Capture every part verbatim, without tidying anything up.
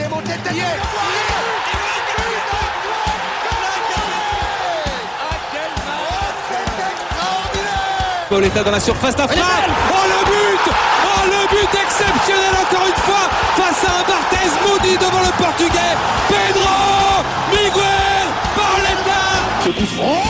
monté de tête. Yeah. Pauletta dans la surface d'affaire. Oh le but! Oh le but exceptionnel encore une fois face à un Barthez maudit devant le Portugais. Pedro Miguel Pauletta. Ce coup franc.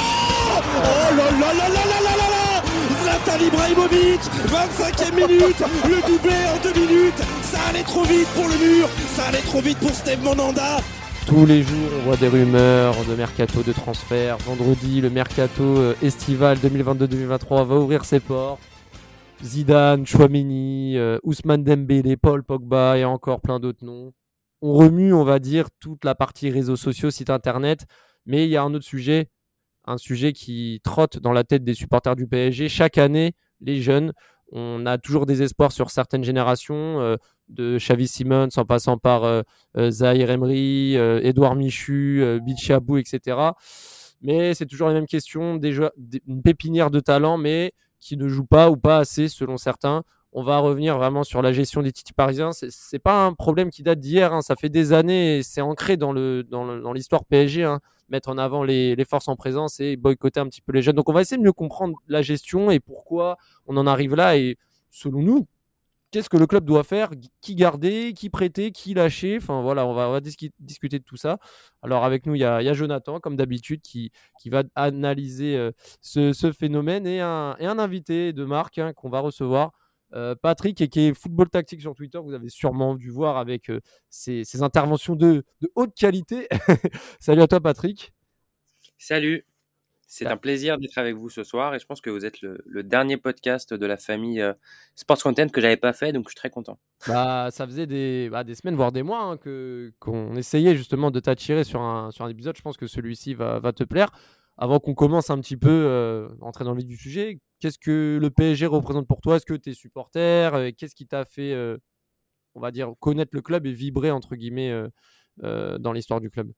Oh là là là là là là là là. Zlatan Ibrahimovic, vingt-cinquième minute, le doublé en deux minutes. Ça allait trop vite pour le mur, ça allait trop vite pour Steve Mandanda. Tous les jours, on voit des rumeurs de mercato, de transfert. Vendredi, le mercato estival deux mille vingt-deux deux mille vingt-trois va ouvrir ses portes. Zidane, Chouameni, euh, Ousmane Dembélé, Paul Pogba et encore plein d'autres noms. On remue, on va dire, toute la partie réseaux sociaux, site internet. Mais il y a un autre sujet, un sujet qui trotte dans la tête des supporters du P S G. Chaque année, les jeunes, on a toujours des espoirs sur certaines générations, euh, de Xavi Simons en passant par euh, euh, Zahir Emery, euh, Edouard Michu, euh, Bichabou, et cetera. Mais c'est toujours les mêmes questions, des joueurs, des, une pépinière de talent, mais qui ne joue pas ou pas assez selon certains. On va revenir vraiment sur la gestion des titis parisiens. C'est, c'est pas un problème qui date d'hier, hein. Ça fait des années et c'est ancré dans, le, dans, le, dans l'histoire P S G, hein. Mettre en avant les, les forces en présence et boycotter un petit peu les jeunes. Donc on va essayer de mieux comprendre la gestion et pourquoi on en arrive là. Et selon nous, qu'est-ce que le club doit faire? Qui garder? Qui prêter? Qui lâcher? Enfin voilà, on va, on va dis- discuter de tout ça. Alors avec nous, il y a, il y a Jonathan, comme d'habitude, qui, qui va analyser euh, ce, ce phénomène et un, et un invité de marque, hein, qu'on va recevoir. Euh, Patrick, et qui est Football Tactique sur Twitter, vous avez sûrement dû voir avec euh, ses, ses interventions de, de haute qualité. Salut à toi, Patrick. Salut, c'est un plaisir d'être avec vous ce soir et je pense que vous êtes le, le dernier podcast de la famille euh, Sports Content que j'avais pas fait, donc je suis très content. Bah, ça faisait des, bah, des semaines, voire des mois, hein, que, qu'on essayait justement de t'attirer sur un, sur un épisode. Je pense que celui-ci va, va te plaire. Avant qu'on commence un petit peu euh, entrer dans le vif du sujet, qu'est-ce que le P S G représente pour toi? Est-ce que tu es supporter? euh, Qu'est-ce qui t'a fait, euh, on va dire, connaître le club et vibrer, entre guillemets, euh, euh, dans l'histoire du club?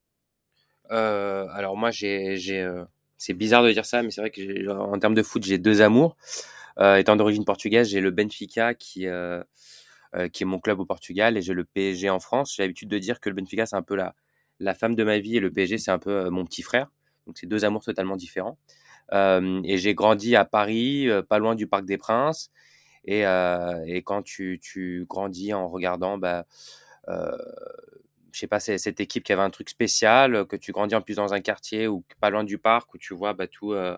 Euh, alors moi, j'ai, j'ai, euh, c'est bizarre de dire ça, mais c'est vrai que j'ai, en termes de foot, j'ai deux amours. Euh, étant d'origine portugaise, j'ai le Benfica qui, euh, euh, qui est mon club au Portugal et j'ai le P S G en France. J'ai l'habitude de dire que le Benfica, c'est un peu la, la femme de ma vie et le P S G, c'est un peu euh, mon petit frère. Donc c'est deux amours totalement différents. Euh, et j'ai grandi à Paris, euh, pas loin du Parc des Princes. Et, euh, et quand tu, tu grandis en regardant, bah, euh, je sais pas, c'est cette équipe qui avait un truc spécial, que tu grandis en plus dans un quartier ou pas loin du parc où tu vois bah, tout, euh,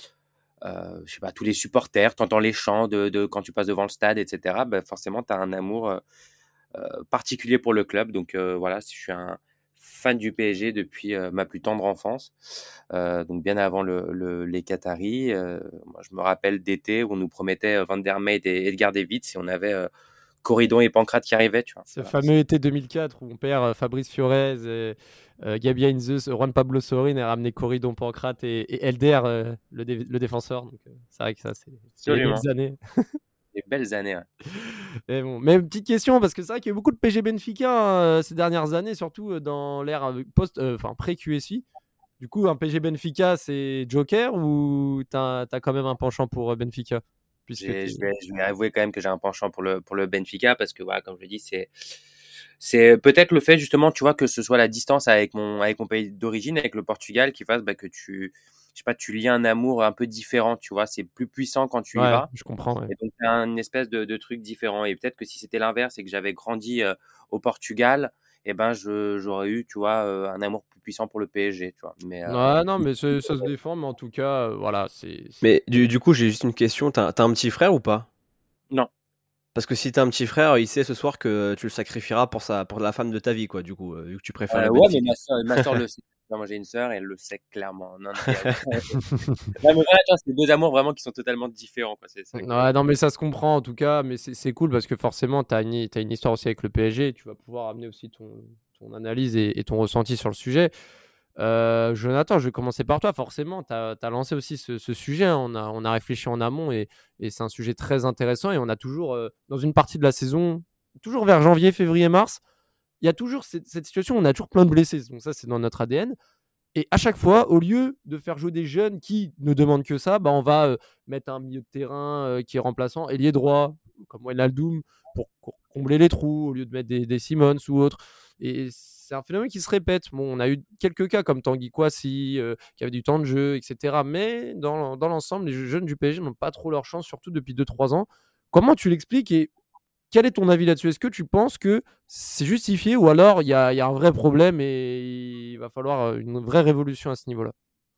euh, je sais pas, tous les supporters, tu entends les chants de, de quand tu passes devant le stade, et cetera. Bah, forcément, tu as un amour euh, euh, particulier pour le club. Donc euh, voilà, je suis un fan du P S G depuis euh, ma plus tendre enfance, euh, donc bien avant le, le, les Qataris. Euh, moi, je me rappelle d'été où on nous promettait Van der Meyde et Edgar Davids et on avait euh, Corridon et Pancrate qui arrivaient. Tu vois. Ce Voilà, fameux c'est... été deux mille quatre où on perd euh, Fabrice Fiorez, et, euh, Gabi Heinze, Juan Pablo Sorin et ramené Corridon, Pancrate et, et Elder, euh, le, dé- le défenseur. Donc, euh, c'est vrai que ça, c'est, c'est les Absolument. belles années. Des belles années. Ouais. Mais, bon, mais petite question, parce que c'est vrai qu'il y a eu beaucoup de P S G Benfica, hein, euh, ces dernières années, surtout euh, dans l'ère euh, post, euh, enfin pré-Q S I. Du coup, un P S G Benfica, c'est Joker ou t'as, t'as quand même un penchant pour euh, Benfica, puisque J'ai, t'es... je, vais, je vais avouer quand même que j'ai un penchant pour le, pour le Benfica parce que, voilà, comme je le dis, c'est, c'est peut-être le fait justement, tu vois, que ce soit la distance avec mon, avec mon pays d'origine, avec le Portugal, qui fasse bah, que tu, je sais pas, tu lies un amour un peu différent, tu vois, c'est plus puissant quand tu y Ouais, vas. je comprends. Ouais. Et donc, tu as une espèce de, de truc différent. Et peut-être que si c'était l'inverse et que j'avais grandi euh, au Portugal, eh ben, je, j'aurais eu, tu vois, euh, un amour plus puissant pour le P S G, tu vois. Mais, euh, Ouais, non, mais c'est- ça se défend, mais en tout cas, euh, voilà, c'est... c'est- Mais du, du coup, j'ai juste une question. T'as, t'as un petit frère ou pas? non. Parce que si t'as un petit frère, il sait ce soir que tu le sacrifieras pour, sa, pour la femme de ta vie, quoi, du coup, euh, vu que tu préfères Euh, le ouais, mais Benfica. ma soeur, ma soeur le sait. Non, moi, j'ai une sœur et elle le sait clairement. Non, non, il y a- Non, mais voilà, tu vois, c'est deux amours vraiment qui sont totalement différents, quoi. C'est ça que... Ouais, non, mais ça se comprend en tout cas, mais c'est, c'est cool parce que forcément, tu as une, t'as une histoire aussi avec le P S G et tu vas pouvoir amener aussi ton, ton analyse et, et ton ressenti sur le sujet. Euh, Jonathan, je vais commencer par toi. Forcément, tu as lancé aussi ce, ce sujet, hein. On a, on a réfléchi en amont et, et c'est un sujet très intéressant. Et on a toujours, euh, dans une partie de la saison, toujours vers janvier, février, mars, il y a toujours cette, cette situation où on a toujours plein de blessés. Donc, ça, c'est dans notre A D N. Et à chaque fois, au lieu de faire jouer des jeunes qui ne demandent que ça, bah on va euh, mettre un milieu de terrain euh, qui est remplaçant, ailier droit, comme Wijnaldum, pour, pour combler les trous, au lieu de mettre des, des Simons ou autres. Et c'est un phénomène qui se répète. Bon, on a eu quelques cas comme Tanguy Kouassi, euh, qui avait du temps de jeu, et cetera. Mais dans, dans l'ensemble, les jeunes du P S G n'ont pas trop leur chance, surtout depuis deux trois ans. Comment tu l'expliques et quel est ton avis là-dessus? Est-ce que tu penses que c'est justifié ou alors il y a, y a un vrai problème et il va falloir une vraie révolution à ce niveau-là?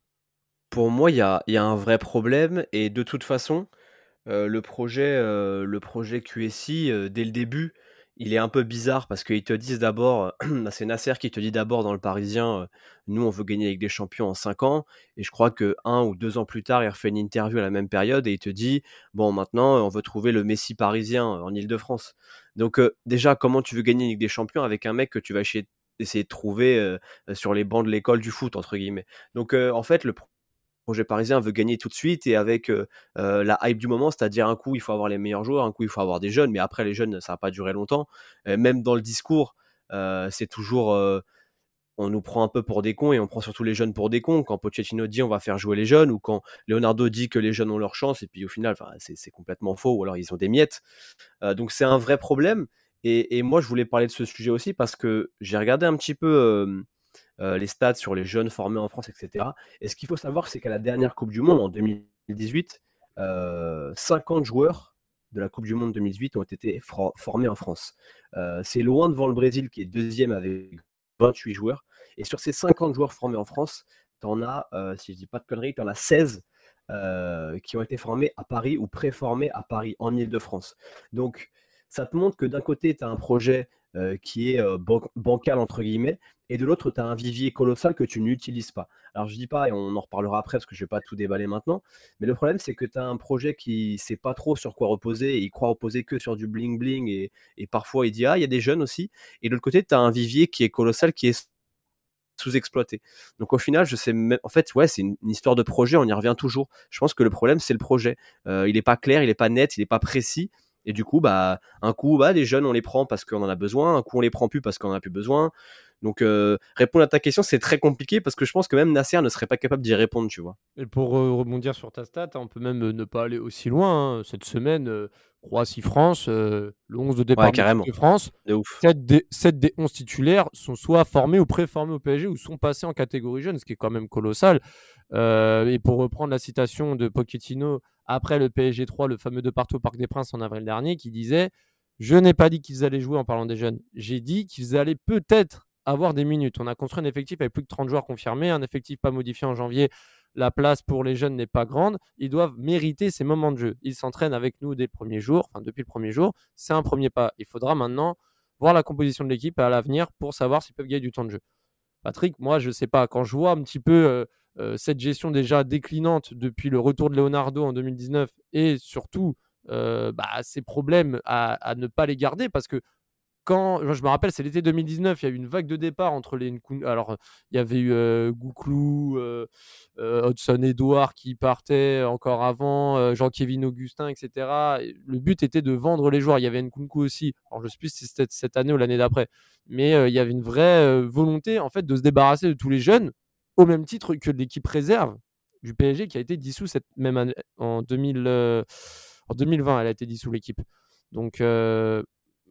Pour moi, il y a, il y a un vrai problème et de toute façon, euh, le projet, euh, le projet Q S I, euh, dès le début, il est un peu bizarre parce qu'ils te disent d'abord, euh, c'est Nasser qui te dit d'abord dans le Parisien, euh, nous on veut gagner avec des champions en cinq ans, et je crois que un ou deux ans plus tard, il refait une interview à la même période et il te dit, bon maintenant on veut trouver le Messi parisien en Île-de-France. Donc euh, déjà, comment tu veux gagner avec des champions avec un mec que tu vas essayer, essayer de trouver euh, sur les bancs de l'école du foot, entre guillemets. Donc euh, en fait, le projet parisien veut gagner tout de suite et avec euh, euh, la hype du moment, c'est-à-dire un coup il faut avoir les meilleurs joueurs, un coup il faut avoir des jeunes, mais après les jeunes ça va pas durer longtemps. Euh, même dans le discours, euh, c'est toujours euh, on nous prend un peu pour des cons et on prend surtout les jeunes pour des cons. Quand Pochettino dit on va faire jouer les jeunes ou quand Leonardo dit que les jeunes ont leur chance et puis au final c'est, c'est complètement faux ou alors ils ont des miettes. Euh, donc c'est un vrai problème et, et moi je voulais parler de ce sujet aussi parce que j'ai regardé un petit peu euh, euh, les stats sur les jeunes formés en France, et cetera. Et ce qu'il faut savoir, c'est qu'à la dernière Coupe du Monde, en deux mille dix-huit, euh, cinquante joueurs de la Coupe du Monde deux mille dix-huit ont été for- formés en France. Euh, c'est loin devant le Brésil, qui est deuxième avec vingt-huit joueurs. Et sur ces cinquante joueurs formés en France, tu en as, euh, si je dis pas de conneries, tu en as seize euh, qui ont été formés à Paris ou préformés à Paris, en Île-de-France. Donc, ça te montre que d'un côté, tu as un projet euh, qui est euh, ban- bancal, entre guillemets, et de l'autre, tu as un vivier colossal que tu n'utilises pas. Alors, je dis pas, et on en reparlera après parce que je vais pas tout déballer maintenant, mais le problème, c'est que tu as un projet qui sait pas trop sur quoi reposer, et il croit reposer que sur du bling-bling, et, et parfois il dit, ah, il y a des jeunes aussi. Et de l'autre côté, tu as un vivier qui est colossal, qui est sous-exploité. Donc au final, je sais même, en fait, ouais, c'est une, une histoire de projet, on y revient toujours. Je pense que le problème, c'est le projet. Euh, il n'est pas clair, il n'est pas net, il n'est pas précis. Et du coup, bah, un coup, bah, les jeunes, on les prend parce qu'on en a besoin, un coup, on les prend plus parce qu'on en a plus besoin. Donc, euh, répondre à ta question, c'est très compliqué parce que je pense que même Nasser ne serait pas capable d'y répondre, tu vois. Et pour euh, rebondir sur ta stat, hein, on peut même euh, ne pas aller aussi loin, hein. Cette semaine, euh, Croatie-France, euh, le onze de Ouais, départ de l'équipe carrément. de France, De ouf. sept des, sept des onze titulaires sont soit formés ou préformés au P S G ou sont passés en catégorie jeune, ce qui est quand même colossal. Euh, et pour reprendre la citation de Pochettino après le P S G trois, le fameux de partout au Parc des Princes en avril dernier, qui disait « Je n'ai pas dit qu'ils allaient jouer en parlant des jeunes. J'ai dit qu'ils allaient peut-être avoir des minutes. On a construit un effectif avec plus de trente joueurs confirmés, un effectif pas modifié en janvier. La place pour les jeunes n'est pas grande. Ils doivent mériter ces moments de jeu. Ils s'entraînent avec nous dès le premier jour, enfin depuis le premier jour. C'est un premier pas. Il faudra maintenant voir la composition de l'équipe à l'avenir pour savoir s'ils peuvent gagner du temps de jeu. » Patrick, moi, je ne sais pas. Quand je vois un petit peu euh, euh, cette gestion déjà déclinante depuis le retour de Leonardo en deux mille dix-neuf et surtout euh, bah, ces problèmes à, à ne pas les garder parce que quand je me rappelle, c'est l'été deux mille dix-neuf, il y a eu une vague de départ entre les Nkunku. Alors, il y avait eu euh, Gouklou, euh, euh, Hudson Edouard qui partait encore avant, euh, Jean-Kévin Augustin, et cetera. Et le but était de vendre les joueurs. Il y avait Nkunku aussi. Alors, je ne sais plus si c'était cette année ou l'année d'après. Mais euh, il y avait une vraie euh, volonté en fait, de se débarrasser de tous les jeunes, au même titre que l'équipe réserve du P S G qui a été dissous cette même année, en, deux mille, euh, en deux mille vingt. Elle a été dissous, l'équipe. Donc, euh,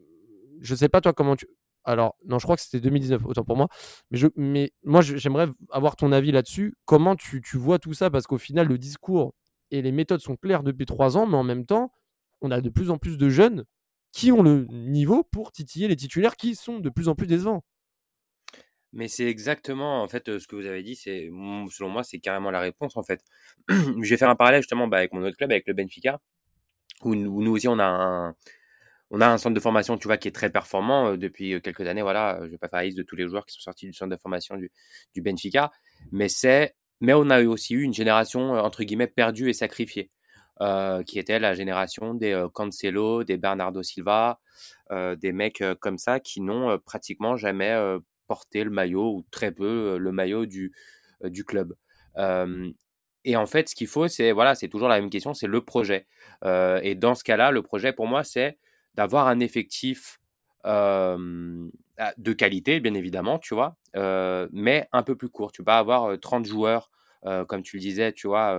je sais pas toi comment tu. Alors, non, je crois que c'était deux mille dix-neuf, autant pour moi. Mais, je, mais moi, je, j'aimerais avoir ton avis là-dessus. Comment tu, tu vois tout ça? Parce qu'au final, le discours et les méthodes sont claires depuis trois ans, mais en même temps, on a de plus en plus de jeunes qui ont le niveau pour titiller les titulaires qui sont de plus en plus décevants. Mais c'est exactement, en fait, euh, ce que vous avez dit, c'est, mon- selon moi, c'est carrément la réponse, en fait. Je vais faire un parallèle, justement, bah, avec mon autre club, avec le Benfica, où, nous où nous aussi, on a un, on a un centre de formation, tu vois, qui est très performant euh, depuis euh, quelques années. Voilà, euh, je vais pas faire la liste de tous les joueurs qui sont sortis du centre de formation du, du Benfica, mais c'est, mais on a eu aussi eu une génération euh, entre guillemets perdue et sacrifiée, euh, qui était la génération des euh, Cancelo, des Bernardo Silva, euh, des mecs euh, comme ça qui n'ont euh, pratiquement jamais euh, porté le maillot ou très peu euh, le maillot du euh, du club. Euh, et en fait, ce qu'il faut, c'est voilà, c'est toujours la même question, c'est le projet. Euh, et dans ce cas-là, le projet pour moi, c'est d'avoir un effectif euh, de qualité, bien évidemment, tu vois, euh, mais un peu plus court. Tu vas avoir euh, trente joueurs, euh, comme tu le disais, tu vois, euh,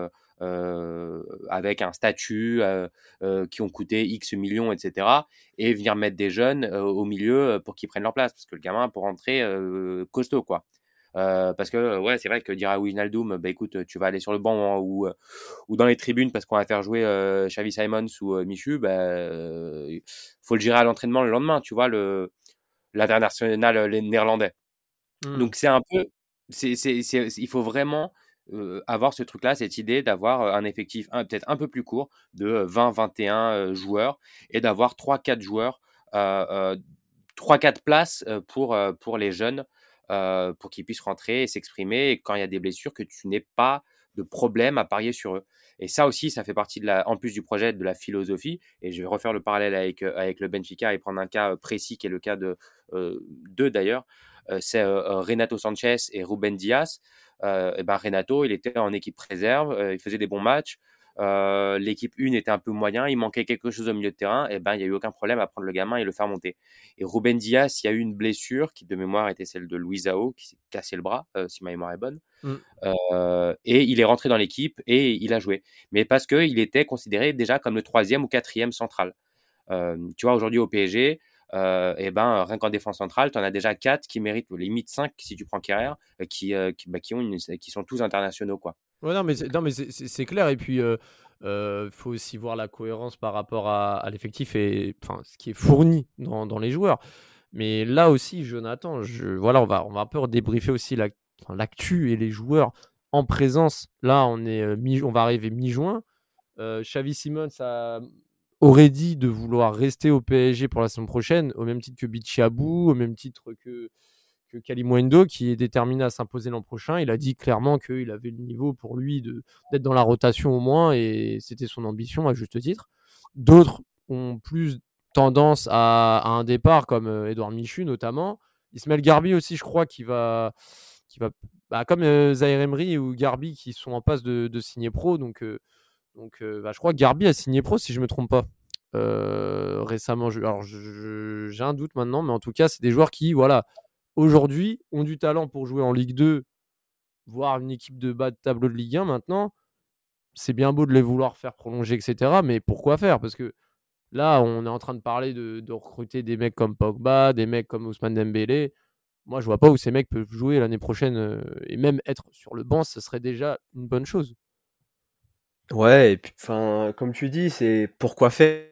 euh, avec un statut euh, euh, qui ont coûté X millions, et cetera. Et venir mettre des jeunes euh, au milieu pour qu'ils prennent leur place, parce que le gamin pour rentrer euh, costaud quoi. Euh, parce que ouais, c'est vrai que dire à Wijnaldum, bah écoute, tu vas aller sur le banc hein, ou ou dans les tribunes parce qu'on va faire jouer euh, Xavi Simons ou euh, Michu, bah euh, faut le gérer à l'entraînement le lendemain, tu vois le l'international néerlandais. Hmm. Donc c'est un peu, c'est, c'est, c'est, il faut vraiment euh, avoir ce truc-là, cette idée d'avoir euh, un effectif un- peut-être un peu plus court de vingt vingt et un euh, joueurs et d'avoir trois quatre joueurs, euh, euh, trois quatre places euh, pour, euh, pour les jeunes euh, pour qu'ils puissent rentrer et s'exprimer et quand il y a des blessures que tu n'aies pas de problème à parier sur eux. Et ça aussi, ça fait partie de la, en plus du projet, de la philosophie. Et je vais refaire le parallèle avec, euh, avec le Benfica et prendre un cas précis qui est le cas de euh, d'eux d'ailleurs. Euh, c'est euh, Renato Sanchez et Ruben Dias. Euh, et ben Renato, il était en équipe réserve, euh, il faisait des bons matchs. Euh, l'équipe un était un peu moyen, il manquait quelque chose au milieu de terrain, et ben il n'y a eu aucun problème à prendre le gamin et le faire monter. Et Ruben Dias, il y a eu une blessure qui de mémoire était celle de Luisao, qui s'est cassé le bras, euh, si ma mémoire est bonne. Mm. Euh, et il est rentré dans l'équipe et il a joué. Mais parce qu'il était considéré déjà comme le troisième ou quatrième central. Euh, tu vois, aujourd'hui au P S G, euh, et ben, rien qu'en défense centrale, tu en as déjà quatre qui méritent, limite cinq si tu prends Kerrer, qui, euh, qui, bah, qui, ont une, qui sont tous internationaux. Quoi. Ouais, non, mais c'est, non, mais c'est, c'est- c'est clair. Et puis, il euh, euh, faut aussi voir la cohérence par rapport à, à l'effectif et enfin, ce qui est fourni dans, dans les joueurs. Mais là aussi, Jonathan, je, voilà, on va, on va un peu débriefer aussi la, enfin, l'actu et les joueurs en présence. Là, on, est, euh, mi, on va arriver mi-juin. Euh, Xavi Simons a- aurait dit de vouloir rester au P S G pour la saison prochaine, au même titre que Bichabou, au même titre que, que Kalimundo, qui est déterminé à s'imposer l'an prochain. Il a dit clairement qu'il avait le niveau pour lui de, d'être dans la rotation au moins, et c'était son ambition à juste titre. D'autres ont plus tendance à, à un départ, comme euh, Edouard Michu notamment. Ismaël Garbi aussi, je crois, qui va, qui va bah, comme euh, Zaïre Emery ou Garbi qui sont en passe de, de signer pro. Donc, euh, donc euh, bah, je crois que Garbi a signé pro, si je ne me trompe pas, euh, récemment. Je, alors, je, je, j'ai un doute maintenant, mais en tout cas, c'est des joueurs qui, voilà, aujourd'hui, ont du talent pour jouer en Ligue deux, voire une équipe de bas de tableau de Ligue un maintenant. C'est bien beau de les vouloir faire prolonger, et cetera. Mais pourquoi faire? Parce que là, on est en train de parler de, de recruter des mecs comme Pogba, des mecs comme Ousmane Dembélé. Moi, je vois pas où ces mecs peuvent jouer l'année prochaine. euh, et même être sur le banc, ce serait déjà une bonne chose. Ouais, et puis, enfin, comme tu dis, c'est pourquoi faire.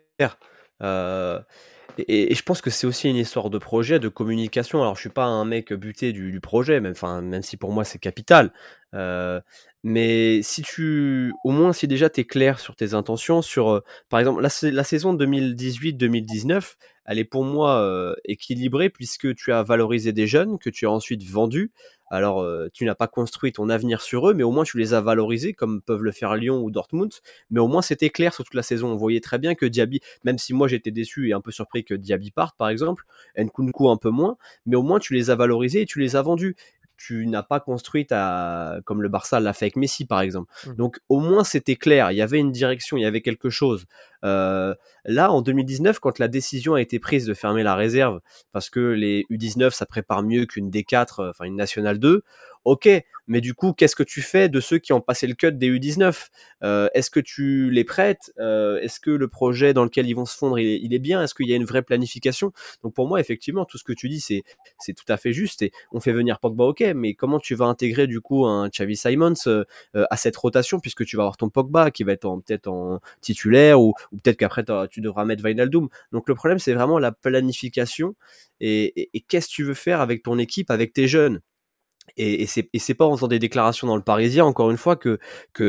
Euh, et, et je pense que c'est aussi une histoire de projet, de communication. Alors, je suis pas un mec buté du, du projet, même, enfin, même si pour moi c'est capital. Euh, mais si tu, au moins, si déjà tu es clair sur tes intentions, sur, euh, par exemple, la, sa- la saison deux mille dix-huit deux mille dix-neuf, elle est pour moi euh, équilibrée puisque tu as valorisé des jeunes que tu as ensuite vendus. Alors, euh, tu n'as pas construit ton avenir sur eux, mais au moins tu les as valorisés, comme peuvent le faire Lyon ou Dortmund. Mais au moins c'était clair sur toute la saison. On voyait très bien que Diaby, même si moi j'étais déçu et un peu surpris que Diaby parte, par exemple, Nkunku un peu moins, mais au moins tu les as valorisés et tu les as vendus. Tu n'as pas construit ta... comme le Barça l'a fait avec Messi, par exemple. Mmh. Donc au moins c'était clair, il y avait une direction, il y avait quelque chose. Euh, là, en deux mille dix-neuf, quand la décision a été prise de fermer la réserve, parce que les U dix-neuf, ça prépare mieux qu'une D quatre, enfin une Nationale deux, ok, mais du coup, qu'est-ce que tu fais de ceux qui ont passé le cut des U dix-neuf? euh, Est-ce que tu les prêtes? euh, Est-ce que le projet dans lequel ils vont se fondre, il est, il est bien? Est-ce qu'il y a une vraie planification? Donc pour moi, effectivement, tout ce que tu dis, c'est, c'est tout à fait juste. Et on fait venir Pogba, ok, mais comment tu vas intégrer du coup un Xavi Simons euh, euh, à cette rotation, puisque tu vas avoir ton Pogba qui va être en, peut-être en titulaire, ou, ou peut-être qu'après tu devras mettre Wijnaldum. Donc le problème, c'est vraiment la planification et, et, et qu'est-ce que tu veux faire avec ton équipe, avec tes jeunes. Et, et c'est et c'est pas en faisant des déclarations dans le Parisien, encore une fois, que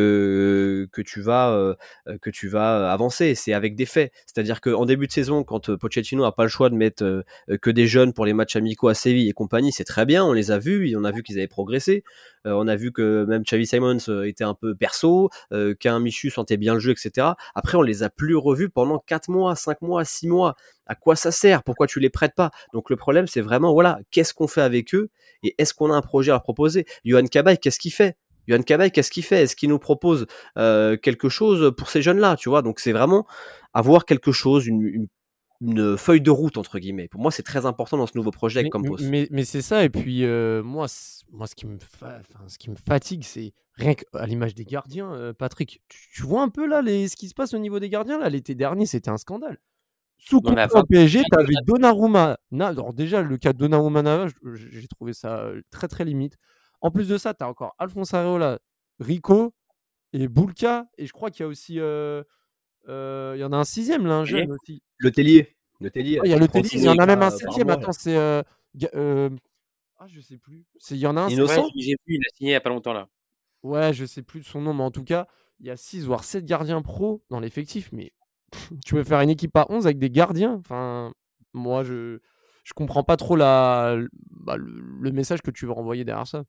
que que tu vas euh, que tu vas avancer. C'est avec des faits. C'est-à-dire qu'en début de saison, quand euh, Pochettino a pas le choix de mettre euh, que des jeunes pour les matchs amicaux à Séville et compagnie, c'est très bien. On les a vus, et on a vu qu'ils avaient progressé. Euh, on a vu que même Xavi Simons euh, était un peu perso, euh, qu'un Michu sentait bien le jeu, et cetera. Après, on les a plus revus pendant quatre mois, cinq mois, six mois. À quoi ça sert? Pourquoi tu les prêtes pas? Donc le problème, c'est vraiment, voilà, qu'est-ce qu'on fait avec eux? Et est-ce qu'on a un projet à leur proposer? Yohan Cabaye, qu'est-ce qu'il fait? Yohan Cabaye, qu'est-ce qu'il fait? Est-ce qu'il nous propose euh, quelque chose pour ces jeunes-là? Tu vois, donc c'est vraiment avoir quelque chose, une, une une feuille de route entre guillemets. Pour moi, c'est très important dans ce nouveau projet avec Mais, Campos. mais, mais c'est ça, et puis euh, moi, c- moi ce, qui me fa- enfin, ce qui me fatigue, c'est rien qu'à l'image des gardiens, euh, Patrick. Tu, tu vois un peu là les, ce qui se passe au niveau des gardiens là. L'été dernier, c'était un scandale. Sous On a contrat au vingt P S G, tu gardiens. avais Donnarumma. Na- Alors déjà, le cas de Donnarumma, Navas, j- j'ai trouvé ça euh, très très limite. En plus de ça, tu as encore Alphonse Areola, Rico et Boulka. Et je crois qu'il y a aussi... euh, euh, il y en a un sixième là, un Tellier. jeune aussi. Le Tellier, le Tellier, Ah, il y a qui le prend Tellier, six il y en a millions même un par septième. mois. Attends, c'est... euh, Ga- euh, Ah, je sais plus. C'est- Il y en a un, c'est- Ouais, Innocent. j'ai vu, il a signé il y a pas longtemps là. Ouais, je sais plus de son nom, mais en tout cas, il y a six voire sept gardiens pro dans l'effectif. Mais tu veux faire une équipe à onze avec des gardiens? Enfin, moi, je je comprends pas trop la, bah, le, le message que tu veux renvoyer derrière ça.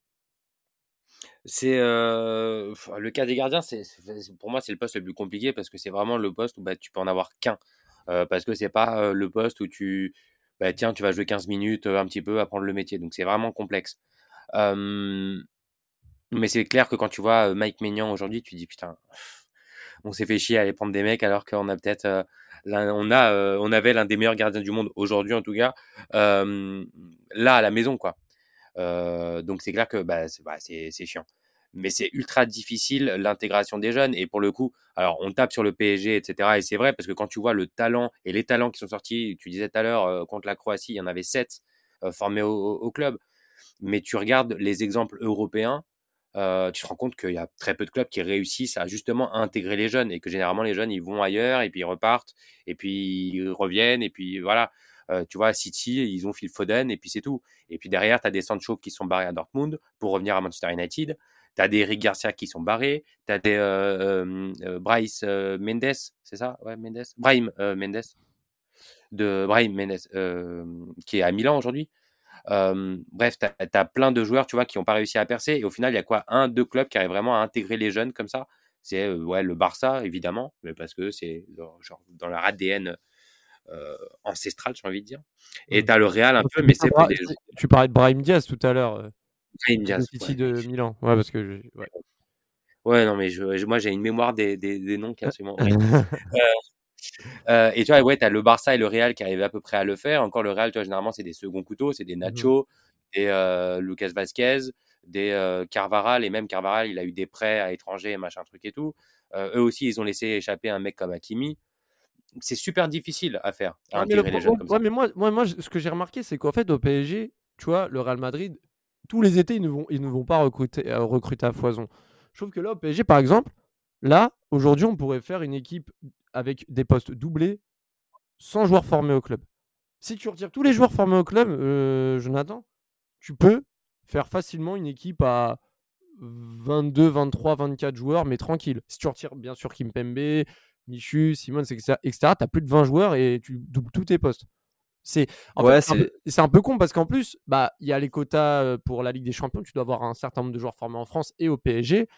C'est euh, pff, le cas des gardiens, c'est c'est- c'est- pour moi c'est le poste le plus compliqué parce que c'est vraiment le poste où bah, tu peux en avoir qu'un. Euh, parce que c'est pas euh, le poste où tu bah, tiens tu vas jouer quinze minutes euh, un petit peu apprendre le métier, donc c'est vraiment complexe. Euh, mais c'est clair que quand tu vois euh, Mike Maignan aujourd'hui, tu dis putain, on s'est fait chier à aller prendre des mecs alors qu'on a peut-être euh, l'un- on a euh, on avait l'un des meilleurs gardiens du monde aujourd'hui en tout cas euh, là à la maison quoi. Euh, donc c'est clair que bah, c'est bah, c'est c'est chiant. Mais c'est ultra difficile l'intégration des jeunes. Et pour le coup, alors on tape sur le P S G, et cetera. Et c'est vrai parce que quand tu vois le talent et les talents qui sont sortis, tu disais tout à l'heure euh, contre la Croatie, il y en avait sept euh, formés au, au- au club. Mais tu regardes les exemples européens, euh, tu te rends compte qu'il y a très peu de clubs qui réussissent à justement intégrer les jeunes et que généralement les jeunes ils vont ailleurs et puis ils repartent et puis ils reviennent et puis voilà. Euh, tu vois, à City, ils ont Phil Foden et puis c'est tout. Et puis derrière, tu as des Sancho qui sont barrés à Dortmund pour revenir à Manchester United. Tu as des Eric Garcia qui sont barrés. Tu as des euh, euh, euh, Bryce euh, Mendes, c'est ça? Ouais, Mendes. Brahim euh, Mendes. De Brahim Mendes, euh, qui est à Milan aujourd'hui. Euh, bref, tu as plein de joueurs, tu vois, qui n'ont pas réussi à percer. Et au final, il y a quoi? Un, deux clubs qui arrivent vraiment à intégrer les jeunes comme ça. C'est euh, ouais, le Barça, évidemment, mais parce que c'est genre, dans leur A D N euh, ancestral, j'ai envie de dire. Et Mm. tu as le Real un Tu, peu, mais c'est pour Bra- des c'est- tu parlais de Brahim Diaz tout à l'heure, euh, Brahim de Diaz. City Ouais, de Milan. Ouais, parce que je- ouais. ouais, non, mais je, je- moi, j'ai une mémoire des, des, des noms qui est absolument horrible. Euh, euh, et tu vois, ouais, tu as le Barça et le Real qui arrivaient à peu près à le faire. Encore le Real, tu vois, généralement, c'est des seconds couteaux, c'est des Mhm. Nacho, des euh, Lucas Vasquez, des euh, Carvaral. Et même Carvaral, il a eu des prêts à l'étranger, machin truc et tout. Euh, eux aussi, ils ont laissé échapper un mec comme Hakimi. C'est super difficile à faire, à Ouais, mais, le intégrer les pro- jeunes ouais, comme ouais, ça. mais moi, moi, moi, je- ce que j'ai remarqué, c'est qu'en fait, au P S G, tu vois, le Real Madrid, tous les étés, ils ne vont, ils ne vont pas recruter, euh, recruter à foison. Je trouve que là, au P S G, par exemple, là, aujourd'hui, on pourrait faire une équipe avec des postes doublés sans joueurs formés au club. Si tu retires tous les joueurs formés au club, euh, Jonathan, tu peux faire facilement une équipe à vingt-deux, vingt-trois, vingt-quatre joueurs, mais tranquille. Si tu retires bien sûr Kimpembe, Michu, Simons, et cetera, et cetera, tu as plus de vingt joueurs et tu doubles tous tes postes. C'est en fait Ouais, c'est un, peu, c'est c'est un peu con parce qu'en plus, bah il y a les quotas euh, pour la Ligue des Champions, tu dois avoir un certain nombre de joueurs formés en France et au P S G.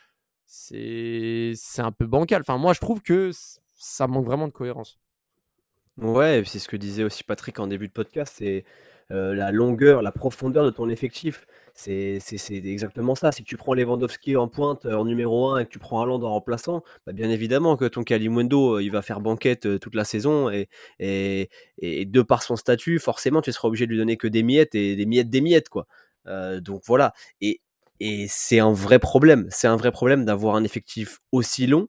C'est c'est un peu bancal. Enfin, moi, je trouve que c- ça manque vraiment de cohérence. Ouais, et c'est ce que disait aussi Patrick en début de podcast, c'est euh, la longueur, la profondeur de ton effectif. C'est c'est- c'est exactement ça. Si tu prends Lewandowski en pointe, euh, en numéro un et que tu prends Haaland en remplaçant, bah, bien évidemment que ton Kalimundo, euh, il va faire banquette euh, toute la saison et, et, et de par son statut, forcément, tu seras obligé de lui donner que des miettes et des miettes des miettes, quoi. Euh, donc voilà. Et, et c'est un vrai problème. C'est un vrai problème d'avoir un effectif aussi long.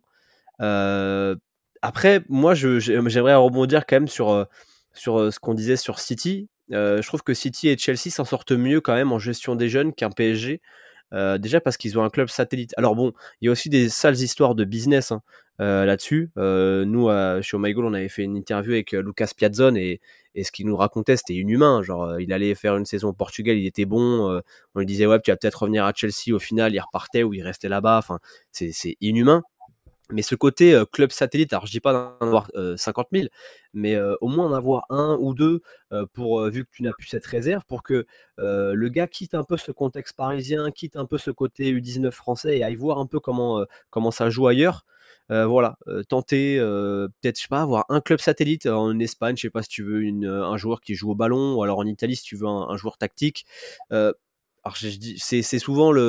Euh, Après, moi, je, j'ai- j'aimerais rebondir quand même sur, euh, sur euh, ce qu'on disait sur City. Euh, je trouve que City et Chelsea s'en sortent mieux quand même en gestion des jeunes qu'un P S G. Euh, déjà parce qu'ils ont un club satellite. Alors bon, il y a aussi des sales histoires de business hein, euh, là-dessus. Euh, nous, euh, chez Oh My Goal, on avait fait une interview avec euh, Lucas Piazzone et, et ce qu'il nous racontait, c'était inhumain. Genre, euh, il allait faire une saison au Portugal, il était bon. Euh, on lui disait, ouais, tu vas peut-être revenir à Chelsea. Au final, il repartait ou il restait là-bas. Enfin, c'est, c'est inhumain. Mais ce côté euh, club satellite, alors je dis pas d'en avoir euh, cinquante mille, mais euh, au moins en avoir un ou deux, euh, pour, euh, vu que tu n'as plus cette réserve, pour que euh, le gars quitte un peu ce contexte parisien, quitte un peu ce côté U dix-neuf français et aille voir un peu comment, euh, comment ça joue ailleurs. Euh, voilà, euh, tenter, euh, peut-être, je sais pas, avoir un club satellite euh, en Espagne, je sais pas si tu veux une, euh, un joueur qui joue au ballon, ou alors en Italie si tu veux un, un joueur tactique. Euh, alors je, je dis, c'est, c'est souvent le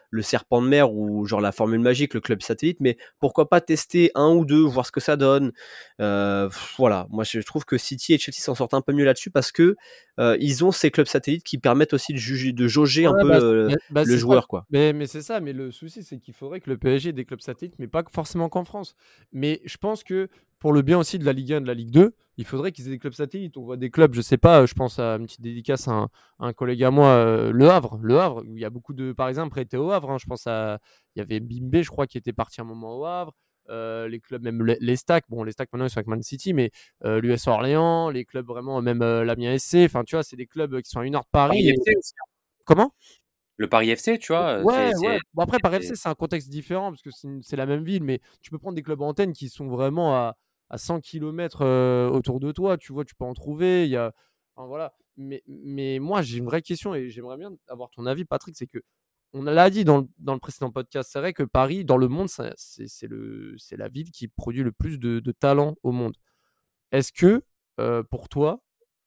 le serpent de mer ou genre la formule magique, le club satellite, mais pourquoi pas tester un ou deux, voir ce que ça donne. Euh, voilà, moi je trouve que City et Chelsea s'en sortent un peu mieux là-dessus parce que euh, ils ont ces clubs satellites qui permettent aussi de, juger, de jauger Ouais, un peu bah, euh, bah, bah, le c'est ça. joueur, quoi. Mais, mais c'est ça, mais le souci, c'est qu'il faudrait que le P S G ait des clubs satellites, mais pas que forcément qu'en France. Mais je pense que pour le bien aussi de la Ligue un et de la Ligue deux, il faudrait qu'ils aient des clubs satellites. On voit des clubs, je sais pas, euh, je pense à une petite dédicace à un, à un collègue à moi, euh, Le Havre. Le Havre, où il y a beaucoup de Parisiens prêtés au Havre. hein. Je pense à. Il y avait Bimbe, je crois, qui était parti un moment au Havre. Euh, les clubs, même les, les Stacks. Bon, les Stacks maintenant ils sont avec Man City, mais euh, l'U S Orléans, les clubs vraiment, même euh, l'Amiens S C. Enfin, tu vois, c'est des clubs qui sont à une heure de Paris. Paris et- F C aussi. Comment Le Paris F C, tu vois, euh, Ouais, c'est, ouais. c'est, Bon, après, par c'est- F C, c'est un contexte différent parce que c'est une- c'est la même ville, mais tu peux prendre des clubs antennes qui sont vraiment à, à cent kilomètres euh, autour de toi. Tu vois, tu peux en trouver. Il y a, enfin, voilà. Mais, mais moi, j'ai une vraie question et j'aimerais bien avoir ton avis, Patrick. C'est que, on l'a dit dans le, dans le précédent podcast, c'est vrai que Paris, dans le monde, ça- c'est c'est le- c'est la ville qui produit le plus de, de talents au monde. Est-ce que, euh, pour toi,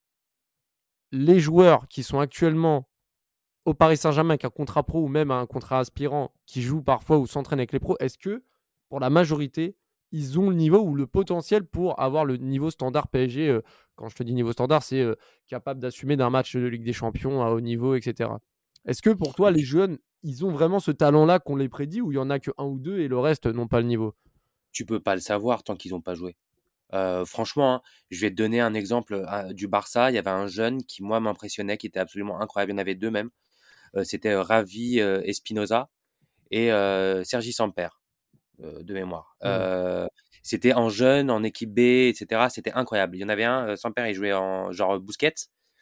les joueurs qui sont actuellement au Paris Saint-Germain avec un contrat pro ou même un contrat aspirant qui joue parfois ou s'entraîne avec les pros, est-ce que pour la majorité, ils ont le niveau ou le potentiel pour avoir le niveau standard P S G euh, Quand je te dis niveau standard, c'est euh, capable d'assumer d'un match de Ligue des Champions à haut niveau, et cetera. Est-ce que pour toi, les jeunes, ils ont vraiment ce talent-là qu'on les prédit ou il y en a que un ou deux et le reste n'ont pas le niveau? tu peux pas le savoir tant qu'ils n'ont pas joué. Euh, franchement, hein, je vais te donner un exemple euh, du Barça. Il y avait un jeune qui, moi, m'impressionnait, qui était absolument incroyable. Il y en avait deux même. Euh, c'était euh, Ravi euh, Espinoza et euh, Sergi Samper, euh, de mémoire. Mm. Euh, c'était en jeune, en équipe B, et cetera. C'était incroyable. Il y en avait un, euh, Samper, il jouait en genre Busquets.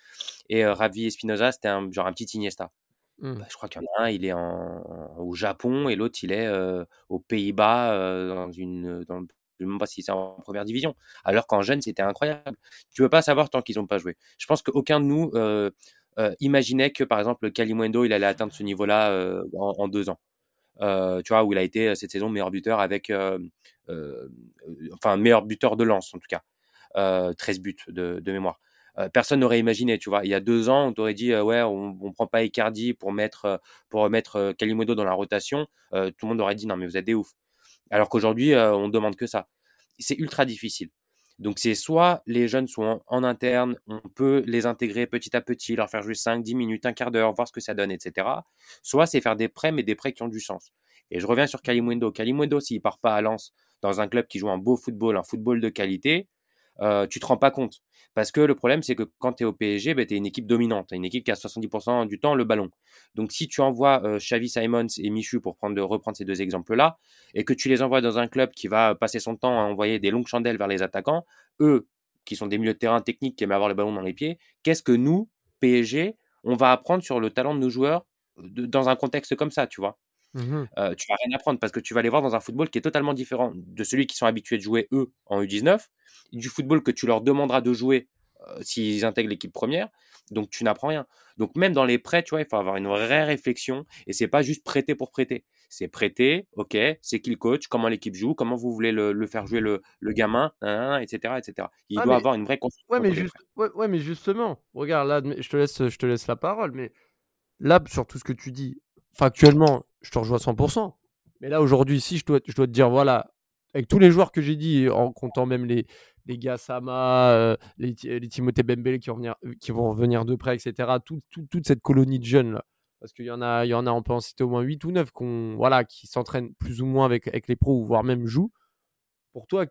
Et euh, Ravi Espinoza, c'était un, genre un petit Iniesta. Mm. Bah, je crois qu'il y en a un, il est en, au Japon et l'autre, il est euh, aux Pays-Bas, euh, dans une, dans, je ne sais même pas si c'est en première division. Alors qu'en jeune, c'était incroyable. Tu ne peux pas savoir tant qu'ils n'ont pas joué. Je pense qu'aucun de nous euh, euh, imaginait que, par exemple, Kalimundo, il allait atteindre ce niveau-là euh, en, en deux ans. Euh, tu vois, où il a été cette saison meilleur buteur avec, euh, euh, enfin, meilleur buteur de lance en tout cas. Euh, treize buts de, de mémoire. Euh, personne n'aurait imaginé, tu vois. Il y a deux ans, on t'aurait dit, euh, ouais, on, on prend pas Icardi pour mettre, euh, pour mettre euh, Kalimundo dans la rotation. Euh, tout le monde aurait dit, non, mais vous êtes des ouf. Alors qu'aujourd'hui, euh, on demande que ça. C'est ultra difficile. Donc, c'est soit les jeunes sont en, en interne, on peut les intégrer petit à petit, leur faire jouer cinq, dix minutes, un quart d'heure, voir ce que ça donne, et cetera. Soit c'est faire des prêts, mais des prêts qui ont du sens. Et je reviens sur Kalimundo. Kalimundo, s'il part pas à Lens dans un club qui joue un beau football, un football de qualité, euh, tu te rends pas compte. Parce que le problème, c'est que quand tu es au P S G, bah, tu es une équipe dominante. Tu une équipe qui a soixante-dix pour cent du temps le ballon. Donc, si tu envoies euh, Xavi Simons et Michu, pour prendre, de reprendre ces deux exemples-là, et que tu les envoies dans un club qui va passer son temps à envoyer des longues chandelles vers les attaquants, eux, qui sont des milieux de terrain techniques qui aiment avoir le ballon dans les pieds, qu'est-ce que nous, P S G, on va apprendre sur le talent de nos joueurs de, dans un contexte comme ça, tu vois? Mmh. Euh, tu vas rien apprendre parce que tu vas les voir dans un football qui est totalement différent de celui qu'ils sont habitués de jouer eux en U dix-neuf, du football que tu leur demanderas de jouer euh, s'ils intègrent l'équipe première. Donc tu n'apprends rien. Donc même dans les prêts, tu vois, il faut avoir une vraie réflexion et c'est pas juste prêter pour prêter. C'est prêter, ok, c'est qui le coach, comment l'équipe joue, comment vous voulez le, le faire jouer le, le gamin, hein, et cetera, et cetera. Il Ah, doit mais, avoir une vraie construction ouais, mais pour les juste, prêts. ouais, ouais, mais justement, regarde là, je te laisse, je te laisse la parole, mais là, sur tout ce que tu dis, factuellement, je te rejoins cent pour cent. Mais là, aujourd'hui, si je dois, je dois te dire, voilà, avec tous les joueurs que j'ai dit, en comptant même les, les Gassama, euh, les, les Timothée Bembele qui vont venir, qui vont revenir de près, et cetera, tout, tout, toute cette colonie de jeunes, là. Parce qu'il y en a, il y en a, on peut en citer au moins huit ou neuf qu'on, voilà, qui s'entraînent plus ou moins avec, avec les pros, voire même jouent. Pour toi,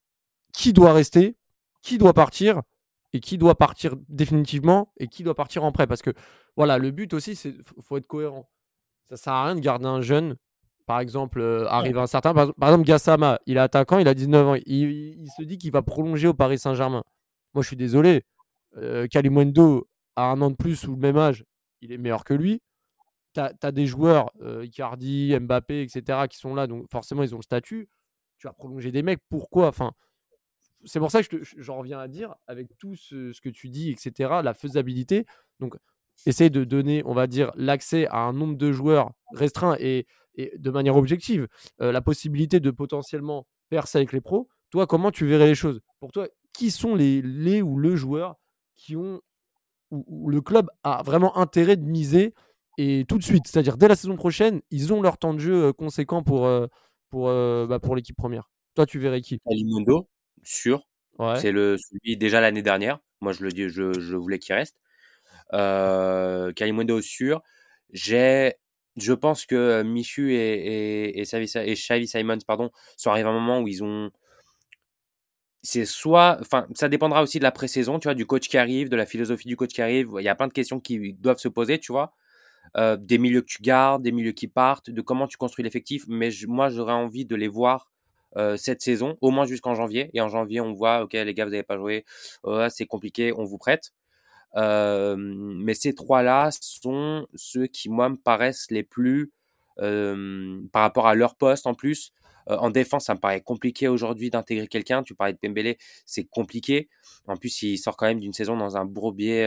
qui doit rester, qui doit partir et qui doit partir définitivement et qui doit partir en prêt. Parce que voilà, le but aussi, c'est faut être cohérent. Ça sert à rien de garder un jeune, par exemple, euh, arrive à un certain. Par, par exemple, Gassama, il est attaquant, il a dix-neuf ans. Il, il, il se dit qu'il va prolonger au Paris Saint-Germain. Moi, je suis désolé. Euh, Kalimundo, à un an de plus ou le même âge, il est meilleur que lui. Tu as des joueurs, euh, Icardi, Mbappé, et cetera, qui sont là, donc forcément, ils ont le statut. Tu vas prolonger des mecs, pourquoi? Enfin, c'est pour ça que je te- j'en reviens à dire, avec tout ce, ce que tu dis, et cetera, la faisabilité. Donc, essaye de donner, on va dire, l'accès à un nombre de joueurs restreint et, et de manière objective, euh, la possibilité de potentiellement percer avec les pros. Toi, comment tu verrais les choses? Pour toi, qui sont les, les ou le joueur qui ont, où, où le club a vraiment intérêt de miser et tout de suite. C'est-à-dire, dès la saison prochaine, ils ont leur temps de jeu euh, conséquent pour, euh, pour, euh, bah, pour l'équipe première. Toi, tu verrais qui? Kalimundo, sûr. Ouais. C'est le celui déjà l'année dernière. Moi, je le dis, je, je voulais qu'il reste. Euh, Kalimundo, sûr. J'ai, je pense que Michu et, et, et, Xavi, et Xavi Simons, pardon, sont arrivés à un moment où ils ont. C'est soit, enfin, ça dépendra aussi de la pré-saison, tu vois, du coach qui arrive, de la philosophie du coach qui arrive. Il y a plein de questions qui doivent se poser, tu vois. Euh, des milieux que tu gardes, des milieux qui partent, de comment tu construis l'effectif. Mais je, moi, j'aurais envie de les voir euh, cette saison, au moins jusqu'en janvier. Et en janvier, on voit, ok, les gars, vous n'avez pas joué, oh, c'est compliqué, on vous prête. Euh, mais ces trois-là sont ceux qui, moi, me paraissent les plus, euh, par rapport à leur poste en plus. Euh, en défense, ça me paraît compliqué aujourd'hui d'intégrer quelqu'un. Tu parlais de Pembele, c'est compliqué. En plus, il sort quand même d'une saison dans un bourbier,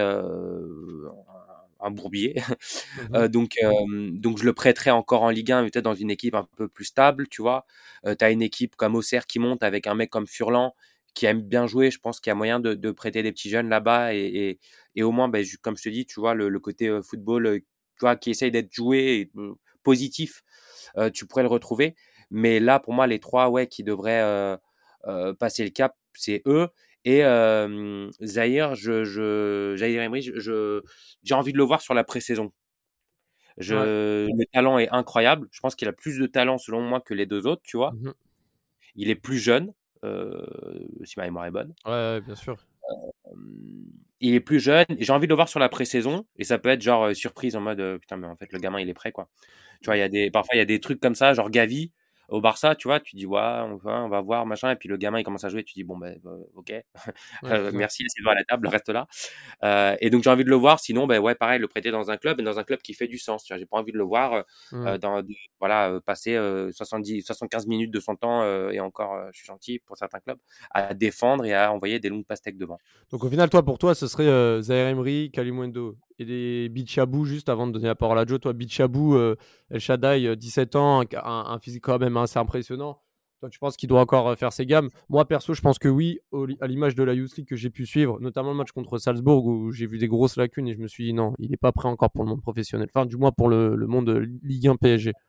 euh, un bourbier. Mhm. Euh, donc, euh, donc, je le prêterai encore en Ligue un, peut-être dans une équipe un peu plus stable, tu vois. Euh, tu as une équipe comme Auxerre qui monte avec un mec comme Furlan qui aime bien jouer. Je pense qu'il y a moyen de, de prêter des petits jeunes là-bas et, et, et au moins, ben, je- comme je te dis, tu vois, le, le côté euh, football, euh, tu vois, qui essaye d'être joué et euh, positif, euh, tu pourrais le retrouver. Mais là, pour moi, les trois, ouais, qui devraient euh, euh, passer le cap, c'est eux. Et euh, Zahir, je, je, Zahir Emery, je, je- j'ai envie de le voir sur la pré-saison. Je, Ouais. le talent est incroyable. Je pense qu'il a plus de talent selon moi que les deux autres, tu vois. Mhm. Il est plus jeune, euh, si ma mémoire est bonne. Ouais, ouais, bien sûr. Hum, Il est plus jeune. J'ai envie de le voir sur la pré-saison et ça peut être genre euh, surprise en mode euh, putain, mais en fait, le gamin il est prêt quoi. Tu vois, il y a des, parfois il y a des trucs comme ça, genre Gavi au Barça, tu vois, tu dis ouais, on va, on va voir machin, et puis le gamin il commence à jouer, tu dis bon ben bah, ok, Ouais, euh, c'est ça. merci, assieds-toi à la table, reste là. Euh, et donc j'ai envie de le voir, sinon ben ouais pareil, le prêter dans un club, et dans un club qui fait du sens. Tu vois, j'ai pas envie de le voir euh, Mhm. euh, dans, voilà, euh, passer euh, soixante-dix, soixante-quinze minutes de son temps euh, et encore, euh, je suis gentil pour certains clubs, à défendre et à envoyer des longues pastèques devant. Donc au final, toi, pour toi, ce serait euh, Zaire Emery, Kalimundo et des Bichabou, juste avant de donner la parole à Joe. Toi, Bichabou, euh, El Shaddai, euh, dix-sept ans, un, un- un physique quand même assez impressionnant. Toi, tu penses qu'il doit encore euh, faire ses gammes? Moi, perso, je pense que oui, au- à l'image de la Youth League que j'ai pu suivre, notamment le match contre Salzbourg, où j'ai vu des grosses lacunes et je me suis dit non, il n'est pas prêt encore pour le monde professionnel. Enfin, du moins pour le, le monde de Ligue un P S G.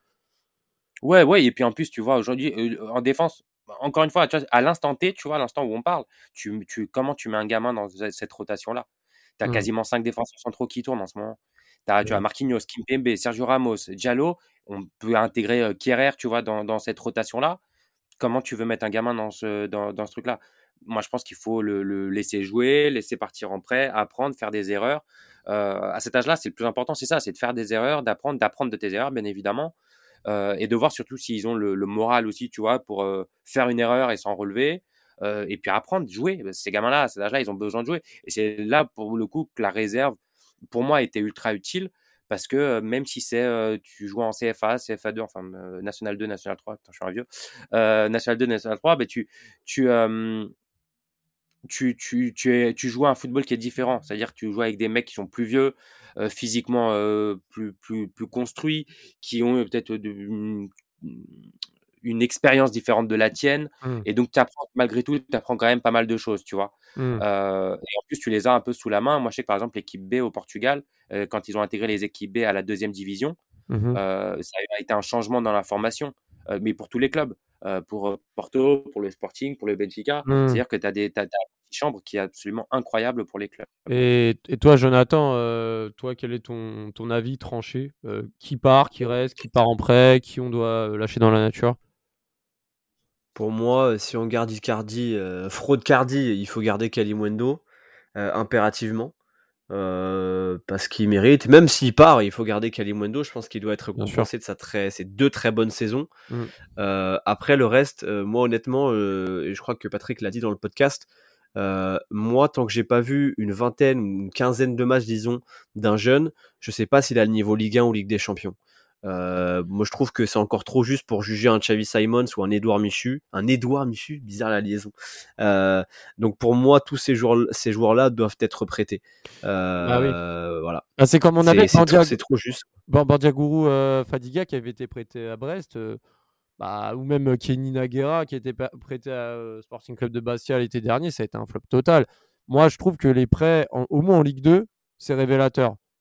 Ouais, ouais, et puis en plus, tu vois, aujourd'hui, euh, en défense, encore une fois, tu vois, à l'instant T, tu vois, à l'instant où on parle, tu, tu, comment tu mets un gamin dans ce- cette rotation-là? Tu as Mm. quasiment cinq défenseurs centraux qui tournent en ce moment. T'as, tu as Ouais. Marquinhos, Kimpembe, Sergio Ramos, Diallo. On peut intégrer euh, Kehrer, tu vois, dans, dans cette rotation-là. Comment tu veux mettre un gamin dans ce, dans, dans ce truc-là? Moi, je pense qu'il faut le, le laisser jouer, laisser partir en prêt, apprendre, faire des erreurs. Euh, à cet âge-là, c'est le plus important, c'est ça, c'est de faire des erreurs, d'apprendre, d'apprendre de tes erreurs, bien évidemment. Euh, et de voir surtout s'ils ont le, le moral aussi, tu vois, pour euh, faire une erreur et s'en relever. Euh, et puis apprendre, jouer. Ces gamins-là, à cet âge-là, ils ont besoin de jouer. Et c'est là, pour le coup, que la réserve, pour moi, était ultra utile. Parce que euh, même si c'est euh, tu joues en C F A, C F A deux, enfin euh, National deux, National trois, putain, je suis un vieux, euh, National deux, National trois, ben tu, tu, euh, tu, tu, tu, es, tu joues à un football qui est différent. C'est-à-dire que tu joues avec des mecs qui sont plus vieux, euh, physiquement euh, plus, plus, plus construits, qui ont peut-être de- une, une expérience différente de la tienne. Mm. Et donc, tu apprends, malgré tout, tu apprends quand même pas mal de choses, tu vois. Mm. Euh, et en plus, tu les as un peu sous la main. Moi, je sais que par exemple, l'équipe B au Portugal, euh, quand ils ont intégré les équipes B à la deuxième division, Mhm. euh, ça a été un changement dans la formation, euh, mais pour tous les clubs, euh, pour euh, Porto, pour le Sporting, pour le Benfica. Mm. C'est-à-dire que tu as des t'as, t'as une petite chambre qui est absolument incroyable pour les clubs. Et, et toi, Jonathan, euh, toi, quel est ton, ton avis tranché? Euh, qui part, qui reste, qui part en prêt, qui on doit euh, lâcher dans la nature? Pour moi, si on garde Icardi, euh, fraude Cardi, il faut garder Kalimundo, euh, impérativement. Euh, parce qu'il mérite, même s'il part, il faut garder Kalimundo. Je pense qu'il doit être Bien sûr. compensé de sa très, ses deux très bonnes saisons. Mm. Euh, après le reste, euh, moi honnêtement, euh, et je crois que Patrick l'a dit dans le podcast, euh, moi tant que j'ai pas vu une vingtaine ou une quinzaine de matchs, disons, d'un jeune, je sais pas s'il a le niveau Ligue un ou Ligue des Champions. Euh, moi je trouve que c'est encore trop juste pour juger un Xavi Simons ou un Edouard Michu, un Edouard Michu, bizarre la liaison. Euh, donc pour moi tous ces joueurs, ces joueurs-là doivent être prêtés. Bah oui. Euh, voilà, Bah, c'est comme on c'est avait c'est trop, Bandia, c'est trop juste. Ban- Bandiagourou euh, Fadiga qui avait été prêté à Brest, euh, bah, ou même euh, Kenny Naguera qui était pa- prêté à euh, Sporting Club de Bastia l'été dernier, ça a été un flop total. Moi, je trouve que les prêts, en- au moins en Ligue deux, c'est révélateur.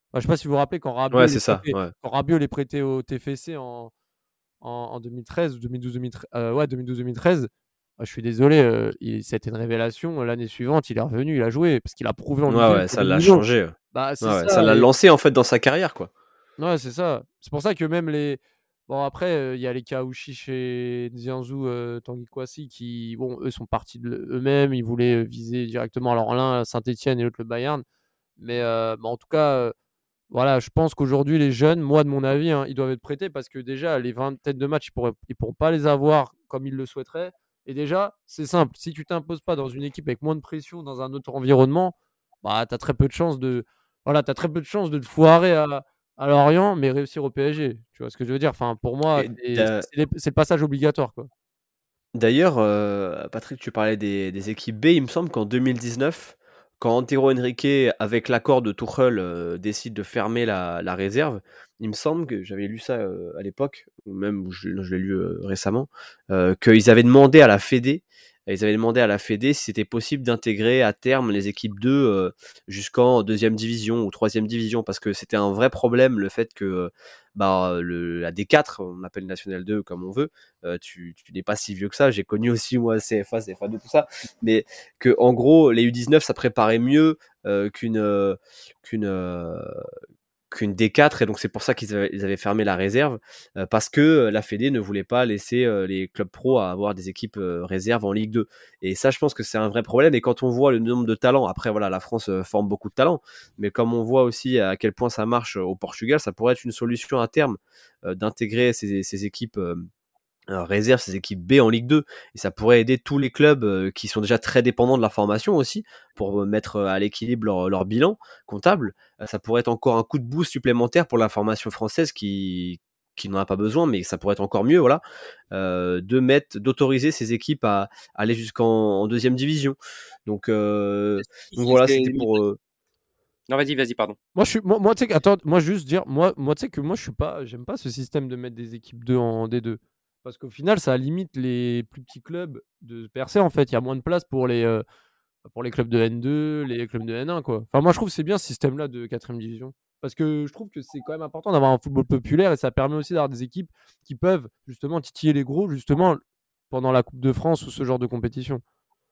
Bah, je sais pas si vous vous rappelez quand Rabiot Ouais, il c'est est ça. prêté, Ouais. quand Rabiot il est prêté au T F C en, en, en deux mille treize ou deux mille douze deux mille treize, euh, ouais, deux mille douze deux mille treize. Bah, je suis désolé, euh, il, c'était une révélation. L'année suivante, il est revenu, il a joué parce qu'il a prouvé en Ouais, Ligue un ouais, qu'il ça avait le l'a niveau. changé. Ouais, Bah, c'est ouais, ouais, ça ça. l'a Et... lancé en fait dans sa carrière, quoi. Ouais, c'est ça. C'est pour ça que même les. Bon, après, il y a les cas Ouchiche et Nzianzou euh, Tanguy Kouassi qui, bon, eux sont partis de eux-mêmes. Ils voulaient viser directement, alors l'un Saint-Etienne et l'autre le Bayern. Mais euh, bah, en tout cas, euh, voilà, je pense qu'aujourd'hui, les jeunes, moi, de mon avis, hein, ils doivent être prêtés parce que déjà, les vingt têtes de match, ils pourraient, ils pourront pas les avoir comme ils le souhaiteraient. Et déjà, c'est simple. Si tu t'imposes pas dans une équipe avec moins de pression, dans un autre environnement, bah, tu as très peu de chances de, voilà, t'as très peu de chances de te foirer à, à Lorient, mais réussir au P S G. Tu vois ce que je veux dire? Enfin, pour moi, Et c'est d'a- c'est les- c'est le passage obligatoire, quoi. D'ailleurs, euh, Patrick, tu parlais des, des équipes B. Il me semble qu'en deux mille dix-neuf, quand Antero Henrique, avec l'accord de Tuchel, euh, décide de fermer la, la réserve, il me semble que j'avais lu ça euh, à l'époque, ou même je, non, je l'ai lu euh, récemment, euh, qu'ils avaient demandé à la Fédé, ils avaient demandé à la Fédé si c'était possible d'intégrer à terme les équipes deux euh, jusqu'en deuxième division ou troisième division, parce que c'était un vrai problème le fait que euh, bah, le, la D quatre, on appelle National deux comme on veut, euh, tu, tu n'es pas si vieux que ça, j'ai connu aussi moi C F A, C F A deux, tout ça, mais que en gros les U dix-neuf ça préparait mieux euh, qu'une euh, qu'une euh, qu'une D quatre, et donc c'est pour ça qu'ils avaient, ils avaient fermé la réserve, euh, parce que la Fédé ne voulait pas laisser euh, les clubs pro à avoir des équipes euh, réserves en Ligue deux. Et ça, je pense que c'est un vrai problème. Et quand on voit le nombre de talents, après voilà, la France euh, forme beaucoup de talents, mais comme on voit aussi à quel point ça marche au Portugal, ça pourrait être une solution à terme euh, d'intégrer ces, ces équipes euh, euh, réserve, ces équipes B en Ligue deux, et ça pourrait aider tous les clubs euh, qui sont déjà très dépendants de la formation aussi pour euh, mettre euh, à l'équilibre leur, leur bilan comptable. Euh, ça pourrait être encore un coup de boost supplémentaire pour la formation française qui qui n'en a pas besoin, mais ça pourrait être encore mieux, voilà, euh, de mettre, d'autoriser ces équipes à, à aller jusqu'en en deuxième division. Donc, euh, donc voilà, c'était pour. Euh... Non, vas-y, vas-y, pardon. Moi, je suis, moi, moi tu sais, attends, moi, juste dire, moi, moi tu sais que moi, je suis pas, j'aime pas ce système de mettre des équipes deux en D deux. Parce qu'au final, ça limite les plus petits clubs de percer, en fait. Il y a moins de place pour les, euh, pour les clubs de N deux, les clubs de N un, quoi. Enfin, moi, je trouve que c'est bien ce système-là de quatrième division. Parce que je trouve que c'est quand même important d'avoir un football populaire et ça permet aussi d'avoir des équipes qui peuvent, justement, titiller les gros, justement, pendant la Coupe de France ou ce genre de compétition.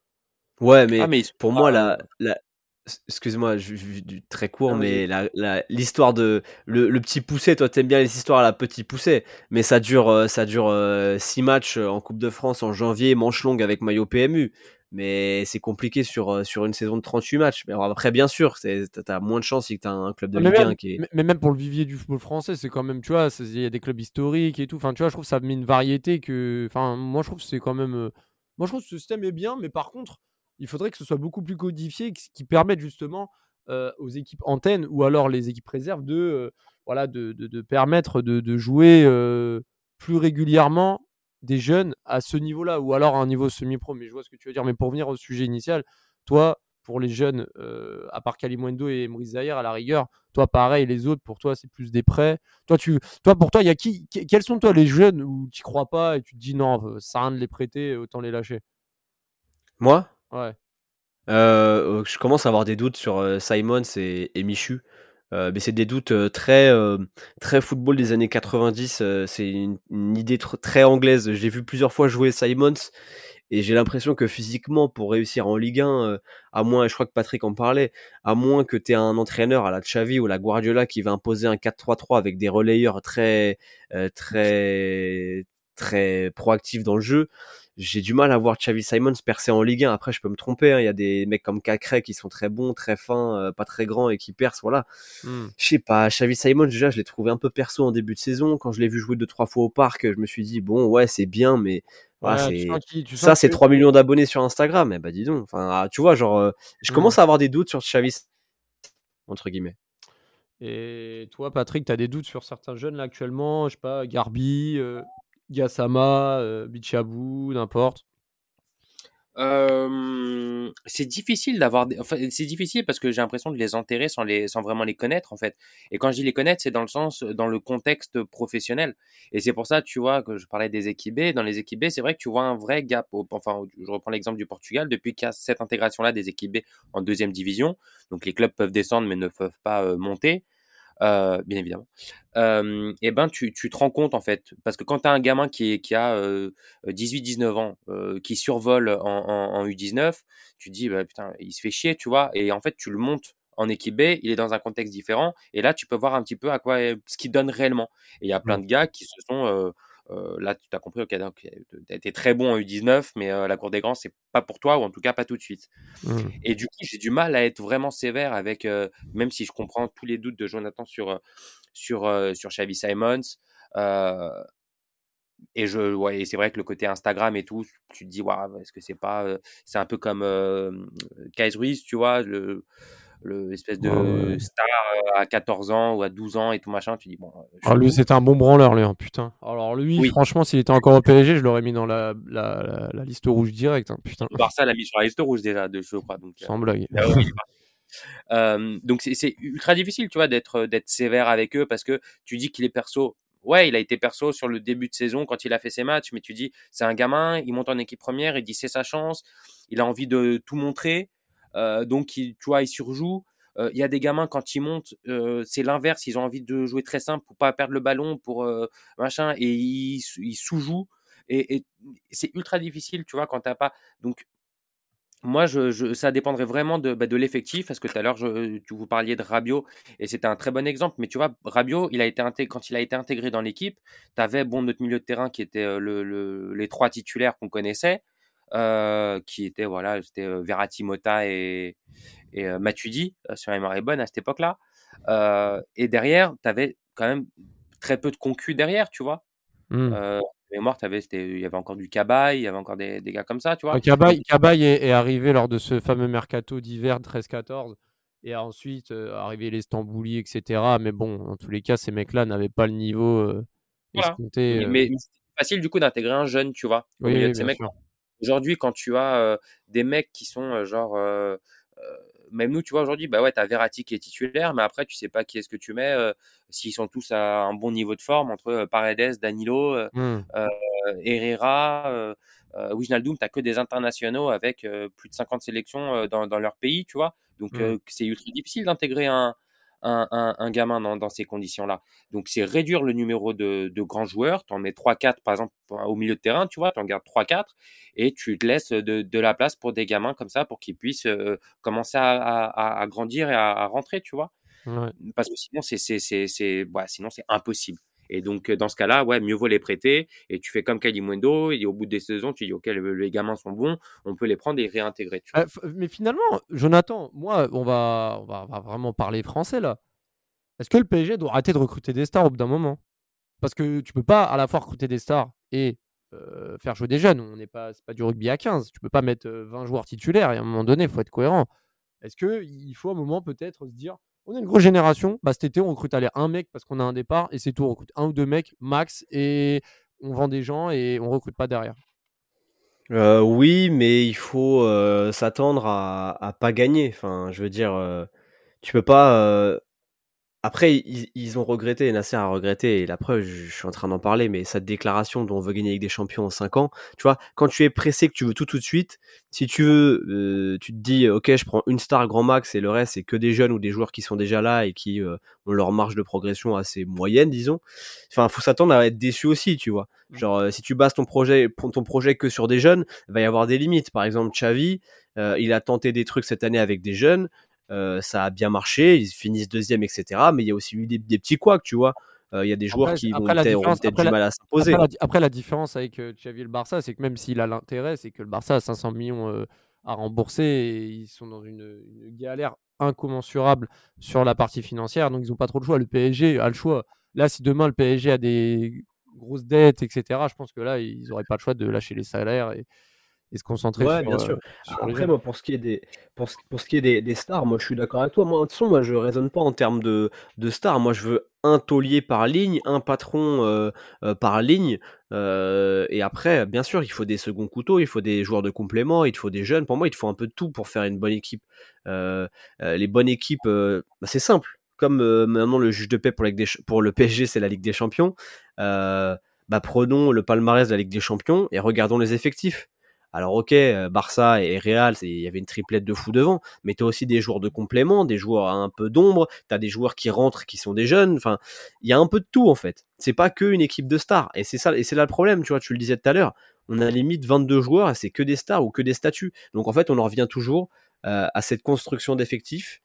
Ouais, mais Ah, mais ils sont pour pas, moi, euh, la, la... excuse-moi, je, je- du très court, non, vas-y. mais la, la- l'histoire de le, le petit poussé, toi t'aimes bien les histoires à la petit poussé, mais ça dure, euh, ça dure euh, six matchs euh, en Coupe de France en janvier, manche longue avec maillot P M U, mais c'est compliqué sur euh, sur une saison de trente-huit matchs. Mais alors après, bien sûr, c'est, t'as t'as moins de chance si t'as un club de Ah, Mais Ligue même, un qui est. mais mais même pour le vivier du football français, c'est quand même, tu vois, c'est- il y a des clubs historiques et tout. Enfin, tu vois, je trouve que ça met une variété que. Enfin, moi, je trouve que c'est quand même. euh, Moi, je trouve que ce système est bien, mais par contre, il faudrait que ce soit beaucoup plus codifié, qui, qui permette justement euh, aux équipes antennes ou alors les équipes réserves de, euh, voilà, de, de, de permettre de, de jouer euh, plus régulièrement des jeunes à ce niveau-là ou alors à un niveau semi-pro. Mais je vois ce que tu veux dire. Mais pour venir au sujet initial, toi, pour les jeunes, euh, à part Kalimundo et Emre Zahir à la rigueur, toi, pareil, les autres, pour toi, c'est plus des prêts. Toi, tu, toi pour toi, il y a qui, qui- quels sont toi les jeunes où tu crois pas et tu te dis non, euh, ça sert à rien de les prêter, autant les lâcher. Moi, Ouais. euh, je commence à avoir des doutes sur euh, Simons et, et Michu. Euh, mais c'est des doutes euh, très, euh, très football des années quatre-vingt-dix. Euh, c'est une, une idée tr- très anglaise. J'ai vu plusieurs fois jouer Simons et j'ai l'impression que physiquement, pour réussir en Ligue un, euh, à moins, et je crois que Patrick en parlait, à moins que tu aies un entraîneur à la Xavi ou la Guardiola qui va imposer un quatre trois trois avec des relayeurs très, euh, très, très proactifs dans le jeu, j'ai du mal à voir Xavi Simons percer en Ligue un. Après, je peux me tromper, hein. Il y a des mecs comme Cacré qui sont très bons, très fins, euh, pas très grands et qui percent, voilà. Hmm. Je sais pas, Xavi Simons, déjà, je l'ai trouvé un peu perso en début de saison. Quand je l'ai vu jouer deux, trois fois au parc, je me suis dit, bon, ouais, c'est bien, mais voilà, Ouais, tu c'est sens qu'il, tu sens ça, c'est que. trois millions d'abonnés sur Instagram. Eh bah, dis donc. Enfin, ah, tu vois, genre, euh, je Hmm. commence à avoir des doutes sur Xavi, entre guillemets. Et toi, Patrick, tu as des doutes sur certains jeunes là actuellement, je sais pas, Garbi, euh, Gassama, euh, Bichabou, n'importe. Euh, c'est difficile d'avoir des... enfin, c'est difficile parce que j'ai l'impression de les enterrer sans les sans vraiment les connaître en fait. Et quand je dis les connaître, c'est dans le sens dans le contexte professionnel. Et c'est pour ça, tu vois, que je parlais des équipes B. Dans les équipes B, c'est vrai que tu vois un vrai gap. Au- Enfin, je reprends l'exemple du Portugal. Depuis qu'il y a cette intégration-là des équipes B en deuxième division, donc les clubs peuvent descendre mais ne peuvent pas euh, monter. euh, bien évidemment, euh, et ben tu, tu te rends compte en fait, parce que quand tu as un gamin qui, est, qui a euh, dix-huit dix-neuf ans, euh, qui survole en, en, en U dix-neuf, tu te dis bah, putain, il se fait chier, tu vois, et en fait tu le montes en équipe B, il est dans un contexte différent, et là tu peux voir un petit peu à quoi ce qu'il donne réellement. Et il y a plein Mm. de gars qui se sont euh, euh, là, tu as compris, ok, donc tu as été très bon en U dix-neuf, mais euh, la cour des grands, c'est pas pour toi, ou en tout cas pas tout de suite. Mm. Et du coup, j'ai du mal à être vraiment sévère avec, euh, même si je comprends tous les doutes de Jonathan sur, euh, sur, euh, sur Xavi Simons. Euh, et je, ouais, et c'est vrai que le côté Instagram et tout, tu te dis, waouh, est-ce que c'est pas, euh, c'est un peu comme euh, Kais Ruiz, tu vois, le, le espèce Ouais, ouais. de star euh, à quatorze ans ou à douze ans et tout machin. Tu dis, bon, euh, Ah, lui, chelou. c'était un bon branleur, lui, hein, putain. Alors, lui, Oui, franchement, s'il était encore au P S G, je l'aurais mis dans la, la, la, la liste rouge direct, hein, putain. le Barça l'a mis sur la liste rouge déjà, de, je crois. Donc, euh, Sans blague. ah oui, il est parti. Euh, donc c'est c'est ultra difficile, tu vois, d'être d'être sévère avec eux parce que tu dis qu'il est perso. Ouais, il a été perso sur le début de saison quand il a fait ses matchs, mais tu dis c'est un gamin, il monte en équipe première, il dit c'est sa chance, il a envie de tout montrer, euh, donc il, tu vois, il surjoue. Euh, Il y a des gamins quand ils montent, euh, c'est l'inverse, ils ont envie de jouer très simple pour pas perdre le ballon, pour euh, machin, et ils, ils sous-jouent. Et, et c'est ultra difficile, tu vois, quand t'as pas. Donc moi, je, je, ça dépendrait vraiment de, bah, de l'effectif, parce que tout à l'heure, je, tu vous parliez de Rabiot, et c'était un très bon exemple. Mais tu vois, Rabiot, il a été inté- quand il a été intégré dans l'équipe, tu avais bon, notre milieu de terrain qui était euh, le, le- les trois titulaires qu'on connaissait, euh, qui étaient, voilà, c'était euh, Verratti, Mota et, et euh, Matuidi, euh, sur la mémoire est bonne à cette époque-là. Euh, et derrière, tu avais quand même très peu de concus derrière, tu vois. Mm. Euh, de mémoire, t'avais, c'était, il y avait encore du Cabaye, il y avait encore des, des gars comme ça, tu vois. Ah, Donc, Cabaye, Cabaye est, est arrivé lors de ce fameux mercato d'hiver treize quatorze. Et ensuite, euh, arrivé les Stambouli, et cetera. Mais bon, en tous les cas, ces mecs-là n'avaient pas le niveau euh, voilà. escompté. Mais, euh. mais, mais c'est facile du coup d'intégrer un jeune, tu vois, au Oui, milieu oui, de ces bien mecs. sûr. Aujourd'hui, quand tu as euh, des mecs qui sont euh, genre, euh, euh, même nous, tu vois, aujourd'hui, bah ouais, t'as Verratti qui est titulaire, mais après, tu sais pas qui est-ce que tu mets, euh, s'ils sont tous à un bon niveau de forme, entre euh, Paredes, Danilo, euh, Mm. euh, Herrera, euh, euh, Wijnaldum, t'as que des internationaux avec euh, plus de cinquante sélections euh, dans, dans leur pays, tu vois. Donc, Mm. euh, c'est ultra difficile d'intégrer un, un, un, un gamin dans, dans ces conditions-là. Donc, c'est réduire le numéro de, de grands joueurs. Tu en mets trois quatre, par exemple, au milieu de terrain, tu vois, tu en gardes trois quatre et tu te laisses de, de la place pour des gamins comme ça pour qu'ils puissent euh, commencer à, à, à grandir et à, à rentrer, tu vois. Ouais. Parce que sinon, c'est, c'est, c'est, c'est, ouais, sinon, c'est impossible. Et donc, dans ce cas-là, ouais, mieux vaut les prêter. Et tu fais comme Kalimundo. Et au bout des saisons, tu dis, OK, les, les gamins sont bons. On peut les prendre et les réintégrer. Tu Euh, f- mais finalement, Jonathan, moi, on va, on va, on va vraiment parler français là. Est-ce que le P S G doit arrêter de recruter des stars au bout d'un moment? Parce que tu peux pas à la fois recruter des stars et euh, faire jouer des jeunes. On n'est pas, c'est pas du rugby à quinze. Tu peux pas mettre euh, vingt joueurs titulaires et à un moment donné, il faut être cohérent. Est-ce qu'il faut à un moment peut-être se dire, on a une grosse génération, bah, cet été on recrute aller un mec parce qu'on a un départ et c'est tout, on recrute un ou deux mecs max et on vend des gens et on recrute pas derrière. Euh, oui, mais il faut euh, s'attendre à, à pas gagner. Enfin, je veux dire, euh, tu peux pas. euh, Après, ils, ils ont regretté, Nasser a regretté, et la preuve, je, je suis en train d'en parler, mais cette déclaration dont on veut gagner avec des champions en cinq ans, tu vois, quand tu es pressé, que tu veux tout tout de suite, si tu veux, euh, tu te dis, ok, je prends une star grand max et le reste, c'est que des jeunes ou des joueurs qui sont déjà là et qui euh, ont leur marge de progression assez moyenne, disons. Enfin, faut s'attendre à être déçu aussi, tu vois. Genre, euh, si tu bases ton projet, ton projet que sur des jeunes, il va y avoir des limites. Par exemple, Xavi, euh, il a tenté des trucs cette année avec des jeunes. Euh, ça a bien marché, ils finissent deuxième, et cetera. Mais il y a aussi eu des, des petits couacs, tu vois. Il euh, y a des joueurs Après, qui vont après, la peut-être, auront différence, peut-être après, du la, mal à après, s'imposer. la, après, la différence avec euh, Xavi et le Barça, c'est que même s'il a l'intérêt, c'est que le Barça a cinq cents millions euh, à rembourser et ils sont dans une, une galère incommensurable sur la partie financière, donc ils n'ont pas trop le choix. Le P S G a le choix. Là, si demain le P S G a des grosses dettes, et cetera, je pense que là, ils n'auraient pas le choix de lâcher les salaires et, et se concentrer Ouais, sur, bien euh, sûr. sur les Après, jeunes. moi, pour ce qui est des, pour ce, pour ce qui est des, des stars, moi, je suis d'accord avec toi. Moi, de toute façon, moi, je raisonne pas en termes de, de stars. Moi, je veux un taulier par ligne, un patron euh, euh, par ligne. Euh, et après, bien sûr, il faut des seconds couteaux, il faut des joueurs de complément, il te faut des jeunes. Pour moi, il te faut un peu de tout pour faire une bonne équipe. Euh, euh, les bonnes équipes, euh, bah, c'est simple. Comme euh, maintenant le juge de paix pour, la Ligue des Ch- pour le P S G, c'est la Ligue des Champions. Euh, bah, prenons le palmarès de la Ligue des Champions et regardons les effectifs. Alors ok, euh, Barça et Real, c'est- il y avait une triplette de fous devant, mais tu as aussi des joueurs de complément, des joueurs à un peu d'ombre, tu as des joueurs qui rentrent qui sont des jeunes, enfin, il y a un peu de tout en fait. C'est pas que une équipe de stars, et c'est ça, et c'est là le problème, tu vois, tu le disais tout à l'heure, on a limite vingt-deux joueurs et c'est que des stars ou que des statuts. Donc en fait, on en revient toujours euh, à cette construction d'effectifs.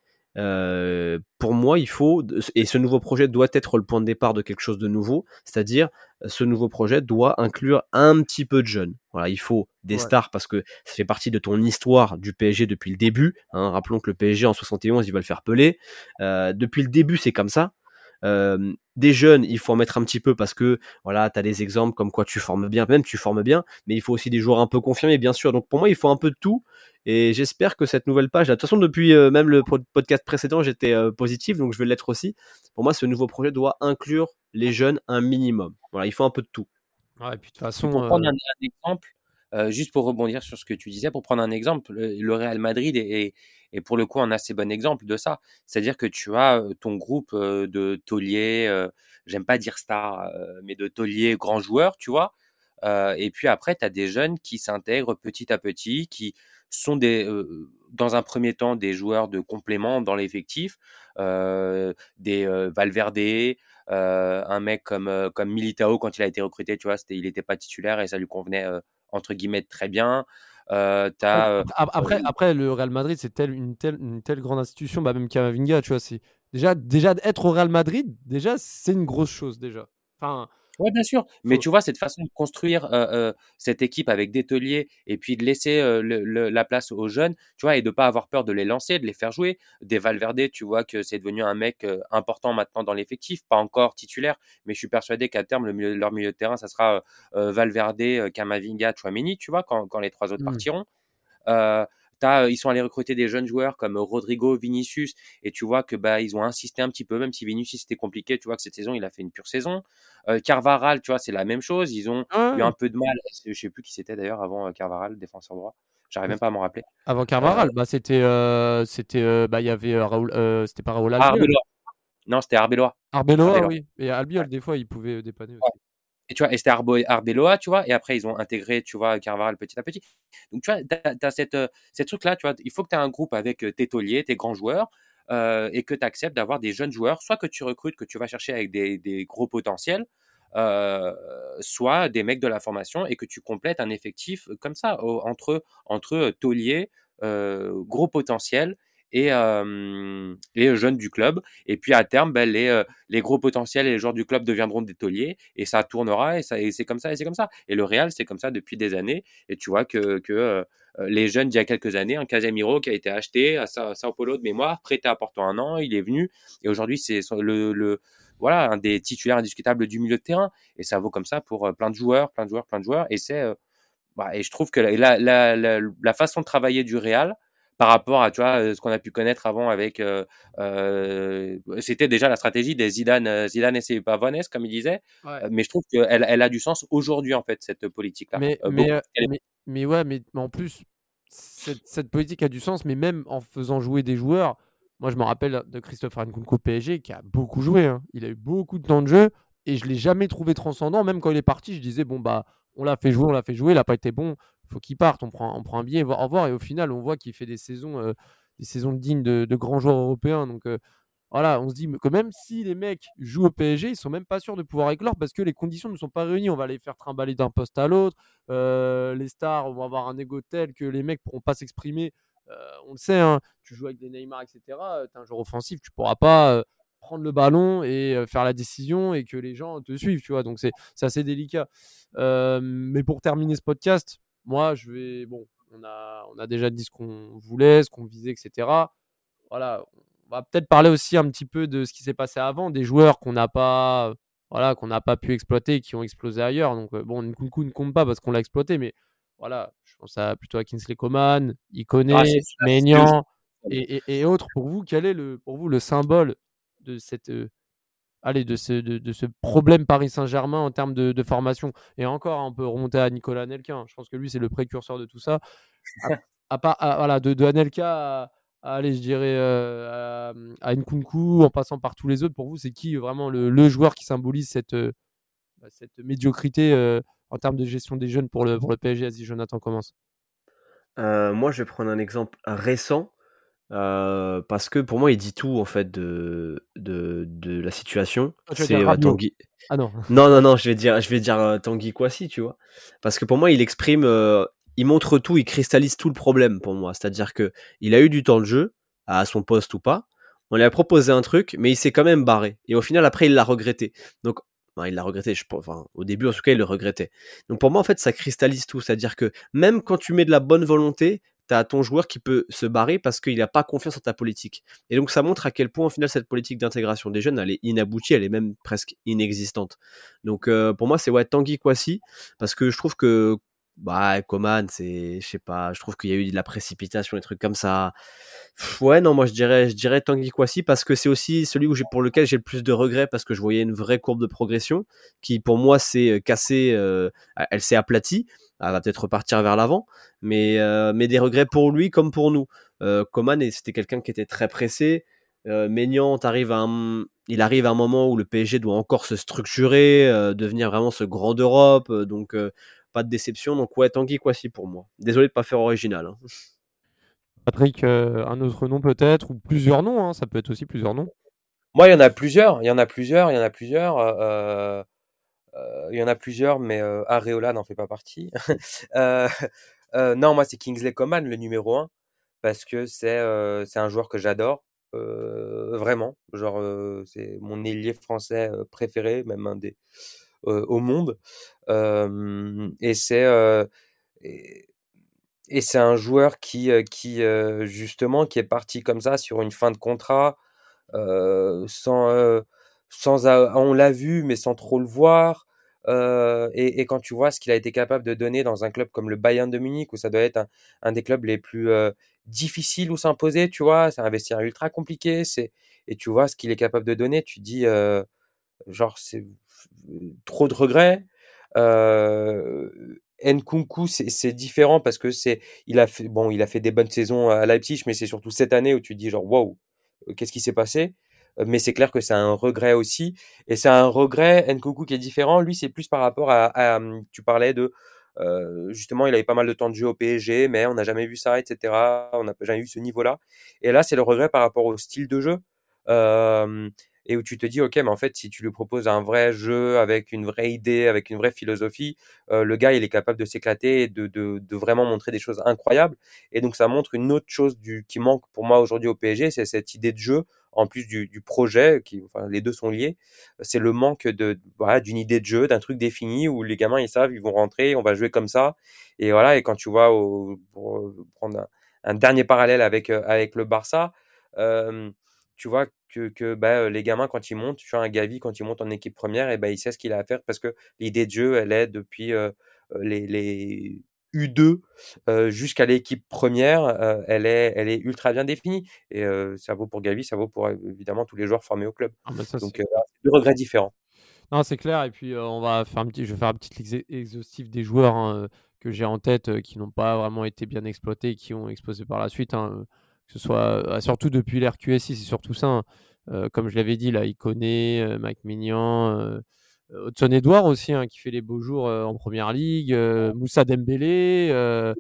Euh, pour moi, il faut, et ce nouveau projet doit être le point de départ de quelque chose de nouveau, c'est-à-dire ce nouveau projet doit inclure un petit peu de jeunes. Voilà, il faut des Ouais. stars parce que ça fait partie de ton histoire du P S G depuis le début. Hein. Rappelons que le P S G en soixante et onze, ils veulent faire Pelé. Euh, depuis le début, c'est comme ça. Euh, des jeunes, il faut en mettre un petit peu parce que voilà, tu as des exemples comme quoi tu formes bien, même tu formes bien, mais il faut aussi des joueurs un peu confirmés, bien sûr. Donc pour moi, il faut un peu de tout. Et j'espère que cette nouvelle page, de toute façon, depuis euh, même le podcast précédent, j'étais euh, positif, donc je vais l'être aussi. Pour moi, ce nouveau projet doit inclure les jeunes un minimum. Voilà, il faut un peu de tout. Ouais, et puis de toute Et façon, pour prendre euh, un, un exemple, euh, juste pour rebondir sur ce que tu disais, pour prendre un exemple, le, le Real Madrid est, est- est pour le coup un assez bon exemple de ça. C'est-à-dire que tu as euh, ton groupe euh, de tauliers, euh, j'aime pas dire stars, euh, mais de tauliers grands joueurs, tu vois. Euh, et puis après, tu as des jeunes qui s'intègrent petit à petit, qui sont des, euh, dans un premier temps des joueurs de complément dans l'effectif, euh, des euh, Valverde, euh, un mec comme, euh, comme Militao, quand il a été recruté, tu vois, c'était, il n'était pas titulaire et ça lui convenait, euh, entre guillemets, très bien. Euh, ouais, t'as, euh, ap- après, après, le Real Madrid, c'est tel, une, telle, une telle grande institution, bah, même Camavinga, tu vois, c'est déjà, déjà être au Real Madrid, déjà, c'est une grosse chose, déjà. Enfin, Ouais, bien sûr. Mais faut... tu vois, cette façon de construire euh, euh, cette équipe avec des tauliers et puis de laisser euh, le- le- la place aux jeunes, tu vois, et de pas avoir peur de les lancer, de les faire jouer. Des Valverde, tu vois que c'est devenu un mec euh, important maintenant dans l'effectif, pas encore titulaire, mais je suis persuadé qu'à terme, le milieu, leur milieu de terrain, ça sera euh, euh, Valverde, euh, Camavinga, Tchouaméni, tu vois, quand, quand les trois autres Hmm. partiront. Euh, t'as, ils sont allés recruter des jeunes joueurs comme Rodrigo, Vinicius, et tu vois que bah ils ont insisté un petit peu, même si Vinicius c'était compliqué, tu vois que cette saison il a fait une pure saison. Euh, Carvaral, tu vois, c'est la même chose. Ils ont eu Ouais, un peu de mal. Je sais plus qui c'était d'ailleurs avant euh, Carvaral, défenseur droit. J'arrive ouais. même pas à m'en rappeler. Avant Euh, Carvajal, bah, c'était, euh, c'était, euh, bah, il y avait euh, Raoul, euh, c'était pas Raoul ah, Albiol. Arbeloa. Non, c'était Arbeloa. Arbeloa, Arbeloa. oui. Et Albiol, des fois, il pouvait euh, dépanner Ouais. aussi. Et tu vois, et c'était Arbo- Arbeloa, tu vois, et après ils ont intégré, tu vois, Carvaral petit à petit. Donc tu vois, t'as, t'as cette, euh, cette truc-là, tu vois, il faut que tu aies un groupe avec euh, tes tauliers, tes grands joueurs, euh, et que tu acceptes d'avoir des jeunes joueurs, soit que tu recrutes, que tu vas chercher avec des, des gros potentiels, euh, soit des mecs de la formation, et que tu complètes un effectif comme ça, au- entre, entre euh, tauliers, euh, gros potentiel, et, euh, et jeunes du club. Et puis à terme, ben, les, euh, les gros potentiels et les joueurs du club deviendront des tauliers et ça tournera et, ça, et c'est comme ça et c'est comme ça. Et le Real, c'est comme ça depuis des années. Et tu vois que, que euh, les jeunes d'il y a quelques années, un Casemiro qui a été acheté à Sao Paulo de mémoire, prêté à Porto un an, il est venu et aujourd'hui c'est le, le voilà un des titulaires indiscutables du milieu de terrain. Et ça vaut comme ça pour euh, plein de joueurs, plein de joueurs, plein de joueurs. Et c'est euh, bah, et je trouve que la, la, la, la façon de travailler du Real par rapport à tu vois euh, ce qu'on a pu connaître avant avec euh, euh, c'était déjà la stratégie des Zidane euh, Zidane et ses Pavones comme il disait. Ouais. Euh, mais je trouve qu'elle elle a du sens aujourd'hui en fait cette politique là Mais, euh, mais, beaucoup euh, plus qu'elle est- mais, mais ouais, mais, mais en plus, cette, cette politique a du sens, mais même en faisant jouer des joueurs, moi je me rappelle de Christopher Nkunku au P S G qui a beaucoup joué, hein. Il a eu beaucoup de temps de jeu et je ne l'ai jamais trouvé transcendant. Même quand il est parti, je disais, bon, bah, on l'a fait jouer, on l'a fait jouer, il n'a pas été bon, il faut qu'il parte, on prend, on prend un billet, au revoir. Et au final, on voit qu'il fait des saisons, euh, des saisons dignes de, de grands joueurs européens. Donc, euh, voilà, on se dit que même si les mecs jouent au P S G, ils sont même pas sûrs de pouvoir éclore parce que les conditions ne sont pas réunies. On va les faire trimballer d'un poste à l'autre. Euh, les stars vont avoir un ego tel que les mecs pourront pas s'exprimer. Euh, on le sait, hein, tu joues avec des Neymar, et cetera. Tu es un joueur offensif, tu pourras pas euh, prendre le ballon et euh, faire la décision et que les gens te suivent, tu vois. Donc c'est c'est assez délicat. Euh, mais pour terminer ce podcast, moi je vais bon, on a on a déjà dit ce qu'on voulait, ce qu'on visait, et cetera. Voilà, on va peut-être parler aussi un petit peu de ce qui s'est passé avant, des joueurs qu'on n'a pas, voilà, qu'on n'a pas pu exploiter et qui ont explosé ailleurs. Donc, euh, bon, Nkunku ne compte pas parce qu'on l'a exploité, mais voilà, je pense à, plutôt à Kingsley Coman, ah c'est Ikoné, ça c'est ce que je- Maignan et, et, et autres. Pour vous, quel est le, pour vous le symbole de cette, euh, allez, de ce, de, de ce problème Paris Saint-Germain en termes de, de formation? Et encore, hein, on peut remonter à Nicolas Anelka. Hein. Je pense que lui, c'est le précurseur de tout ça. À, à part, à- voilà, de, de Anelka à, à, allez, je dirais, euh, à, à Nkunku, en passant par tous les autres, pour vous, c'est qui vraiment le, le joueur qui symbolise cette, euh, bah, cette médiocrité euh, en termes de gestion des jeunes pour le, pour le P S G? Vas-y, Jonathan commence. Euh, moi, je vais prendre un exemple récent. Euh, parce que pour moi, il dit tout en fait de, de, de la situation. Ah, tu vas dire C'est euh, Rabiot. Tanguy. Ah non. Non, non, non, je vais dire, je vais dire euh, Tanguy Kouassi, tu vois. Parce que pour moi, il exprime, euh, il montre tout, il cristallise tout le problème pour moi. C'est-à-dire que il a eu du temps de jeu, à son poste ou pas. On lui a proposé un truc, mais il s'est quand même barré. Et au final, après, il l'a regretté. Donc, enfin, il l'a regretté, je pense. Enfin, au début, en tout cas, il le regrettait. Donc, pour moi, en fait, ça cristallise tout. C'est-à-dire que même quand tu mets de la bonne volonté, t'as ton joueur qui peut se barrer parce qu'il n'a pas confiance en ta politique. Et donc, ça montre à quel point, au final, cette politique d'intégration des jeunes, elle est inaboutie, elle est même presque inexistante. Donc, euh, pour moi, c'est ouais, Tanguy Kouassi, parce que je trouve que bah, Coman, c'est, je sais pas, je trouve qu'il y a eu de la précipitation, des trucs comme ça. Pff, Ouais, non, moi je dirais, je dirais Tanguy Kouassi parce que c'est aussi celui où j'ai, pour lequel j'ai le plus de regrets parce que je voyais une vraie courbe de progression qui, pour moi, s'est cassée, euh, elle s'est aplatie. Elle va peut-être repartir vers l'avant, mais, euh, mais des regrets pour lui comme pour nous. Euh, Coman, c'était quelqu'un qui était très pressé. Euh, Maignan arrive à un, il arrive à un moment où le P S G doit encore se structurer, euh, devenir vraiment ce grand d'Europe, euh, donc euh, pas de déception. Donc ouais, Tanguy Kouassi pour moi. Désolé de pas faire original. Hein. Patrick, euh, un autre nom peut-être, ou plusieurs noms, hein, ça peut être aussi plusieurs noms. Moi, il y en a plusieurs, il y en a plusieurs, il y en a plusieurs. euh, euh, il y en a plusieurs, mais euh, Areola n'en fait pas partie. Euh, euh, non, moi, c'est Kingsley Coman, le numéro un, parce que c'est euh, c'est un joueur que j'adore, euh, vraiment. Genre, euh, c'est mon ailier français euh, préféré, même un des euh, au monde. Euh, et c'est euh, et, et c'est un joueur qui, euh, qui euh, justement, qui est parti comme ça sur une fin de contrat, euh, sans, euh, sans a- on l'a vu, mais sans trop le voir. Euh, et, et quand tu vois ce qu'il a été capable de donner dans un club comme le Bayern de Munich, où ça doit être un, un des clubs les plus euh, difficiles où s'imposer, tu vois, c'est un vestiaire ultra compliqué, c'est, et tu vois ce qu'il est capable de donner, tu dis, euh, genre, c'est trop de regrets. Euh, Nkunku, c'est c'est différent parce que c'est, il a fait, bon, il a fait des bonnes saisons à Leipzig, mais c'est surtout cette année où tu te dis genre, waouh, euh, qu'est-ce qui s'est passé? Euh, Mais c'est clair que c'est un regret aussi, et c'est un regret Nkunku qui est différent. Lui, c'est plus par rapport à, à, hum, tu parlais de, euh, justement, il avait pas mal de temps de jeu au P S G, mais on n'a jamais vu ça, et cetera. On n'a jamais eu ce niveau-là. Et là, c'est le regret par rapport au style de jeu. Euh, et où tu te dis, ok, mais en fait, si tu lui proposes un vrai jeu avec une vraie idée, avec une vraie philosophie, euh, le gars, il est capable de s'éclater et de, de, de vraiment montrer des choses incroyables. Et donc, ça montre une autre chose du, qui manque pour moi aujourd'hui au P S G, c'est cette idée de jeu, en plus du, du projet, qui, enfin, les deux sont liés. C'est le manque de, voilà, d'une idée de jeu, d'un truc défini où les gamins, ils savent, ils vont rentrer, on va jouer comme ça. Et voilà, et quand tu vois, au, pour prendre un, un dernier parallèle avec, euh, avec le Barça, euh, tu vois que, que bah, les gamins, quand ils montent, tu vois, un Gavi, quand il monte en équipe première, et ben il sait ce qu'il a à faire parce que l'idée de jeu, elle est depuis euh, les, les U deux euh, jusqu'à l'équipe première, euh, elle, est, elle est ultra bien définie. Et euh, ça vaut pour Gavi, ça vaut pour euh, évidemment tous les joueurs formés au club. Ah bah ça, Donc, c'est euh, c'est deux regrets différents. non, c'est clair. Et puis, euh, on va faire un petit, je vais faire un petit ex- exhaustif des joueurs hein, euh, que j'ai en tête euh, qui n'ont pas vraiment été bien exploités et qui ont explosé par la suite. Hein, euh, que ce soit, euh, surtout depuis l'R Q S I, c'est surtout ça. Hein. Euh, comme je l'avais dit, là, Iconé, euh, Mike Maignan, euh, euh, Hudson Edouard aussi, hein, qui fait les beaux jours euh, en première ligue, euh, Moussa Dembélé. euh,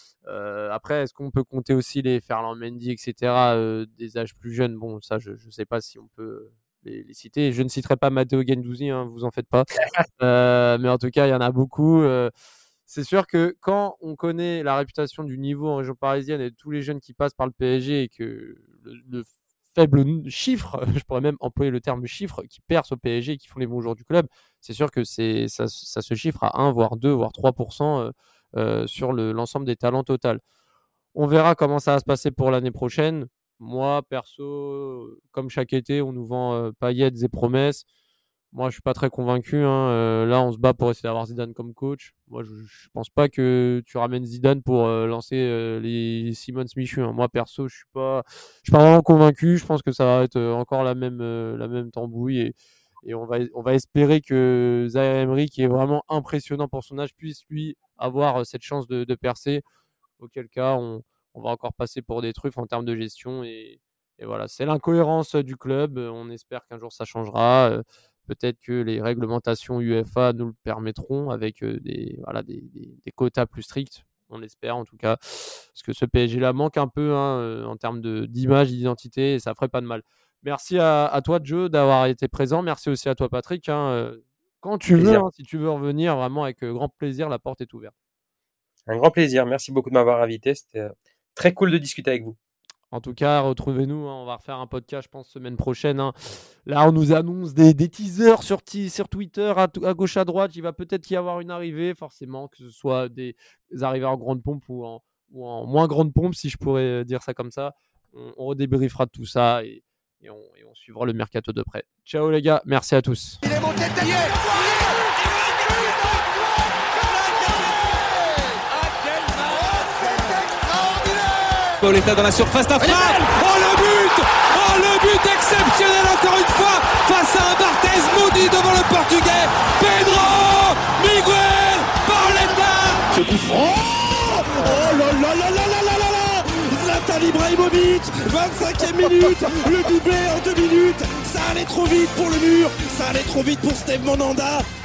euh, après, est-ce qu'on peut compter aussi les Ferland Mendy, et cetera, euh, des âges plus jeunes? Bon, ça, je ne sais pas si on peut les, les citer. Je ne citerai pas Matteo Guendouzi, hein, vous en faites pas. Euh, mais en tout cas, il y en a beaucoup. Euh, c'est sûr que quand on connaît la réputation du niveau en région parisienne et tous les jeunes qui passent par le P S G et que le, le faible chiffre, je pourrais même employer le terme chiffre, qui percent au P S G et qui font les bons jours du club, c'est sûr que c'est, ça, ça se chiffre à un, voire deux, voire trois pour cent euh, euh, sur le, l'ensemble des talents total. On verra comment ça va se passer pour l'année prochaine. Moi, perso, comme chaque été, on nous vend euh, paillettes et promesses. Moi, je suis pas très convaincu. Hein. Euh, là, on se bat pour essayer d'avoir Zidane comme coach. Moi, je, je pense pas que tu ramènes Zidane pour euh, lancer euh, les Simons Michu. Hein. Moi, perso, je suis pas, je suis pas vraiment convaincu. Je pense que ça va être euh, encore la même, euh, la même tambouille et, et on va, on va espérer que Zaire Emery, qui est vraiment impressionnant pour son âge, puisse lui avoir euh, cette chance de, de percer. Auquel cas, on, on va encore passer pour des truffes en termes de gestion. Et, et voilà, c'est l'incohérence du club. On espère qu'un jour ça changera. Euh, Peut-être que les réglementations UEFA nous le permettront avec euh, des, voilà, des, des, des quotas plus stricts. on l'espère en tout cas, parce que ce P S G-là manque un peu hein, euh, en termes de, d'image, d'identité, et ça ferait pas de mal. Merci à, à toi, Joe, d'avoir été présent. Merci aussi à toi, Patrick. Hein, euh, quand tu veux, hein, si tu veux revenir, vraiment avec euh, grand plaisir, la porte est ouverte. Un grand plaisir. Merci beaucoup de m'avoir invité. C'était euh, très cool de discuter avec vous. En tout cas, retrouvez-nous. Hein, on va refaire un podcast, je pense, semaine prochaine. Hein. Là, on nous annonce des, des teasers sur, t- sur Twitter, à, t- à gauche, à droite. Il va peut-être y avoir une arrivée, forcément, que ce soit des, des arrivées en grande pompe ou en, ou en moins grande pompe, si je pourrais dire ça comme ça. On, on redébriefera de tout ça et, et, on, et on suivra le mercato de près. Ciao les gars, merci à tous. Il est monté de tête. Pauletta dans la surface d'affaire. Oh le but! Oh le but exceptionnel encore une fois face à un Barthez maudit devant le Portugais. Pedro Miguel Pauletta. Ce coup franc. Oh là là là là là là là là. Zlatan Ibrahimovic, vingt-cinquième minute, le doublé en deux minutes. Ça allait trop vite pour le mur, ça allait trop vite pour Steve Mandanda.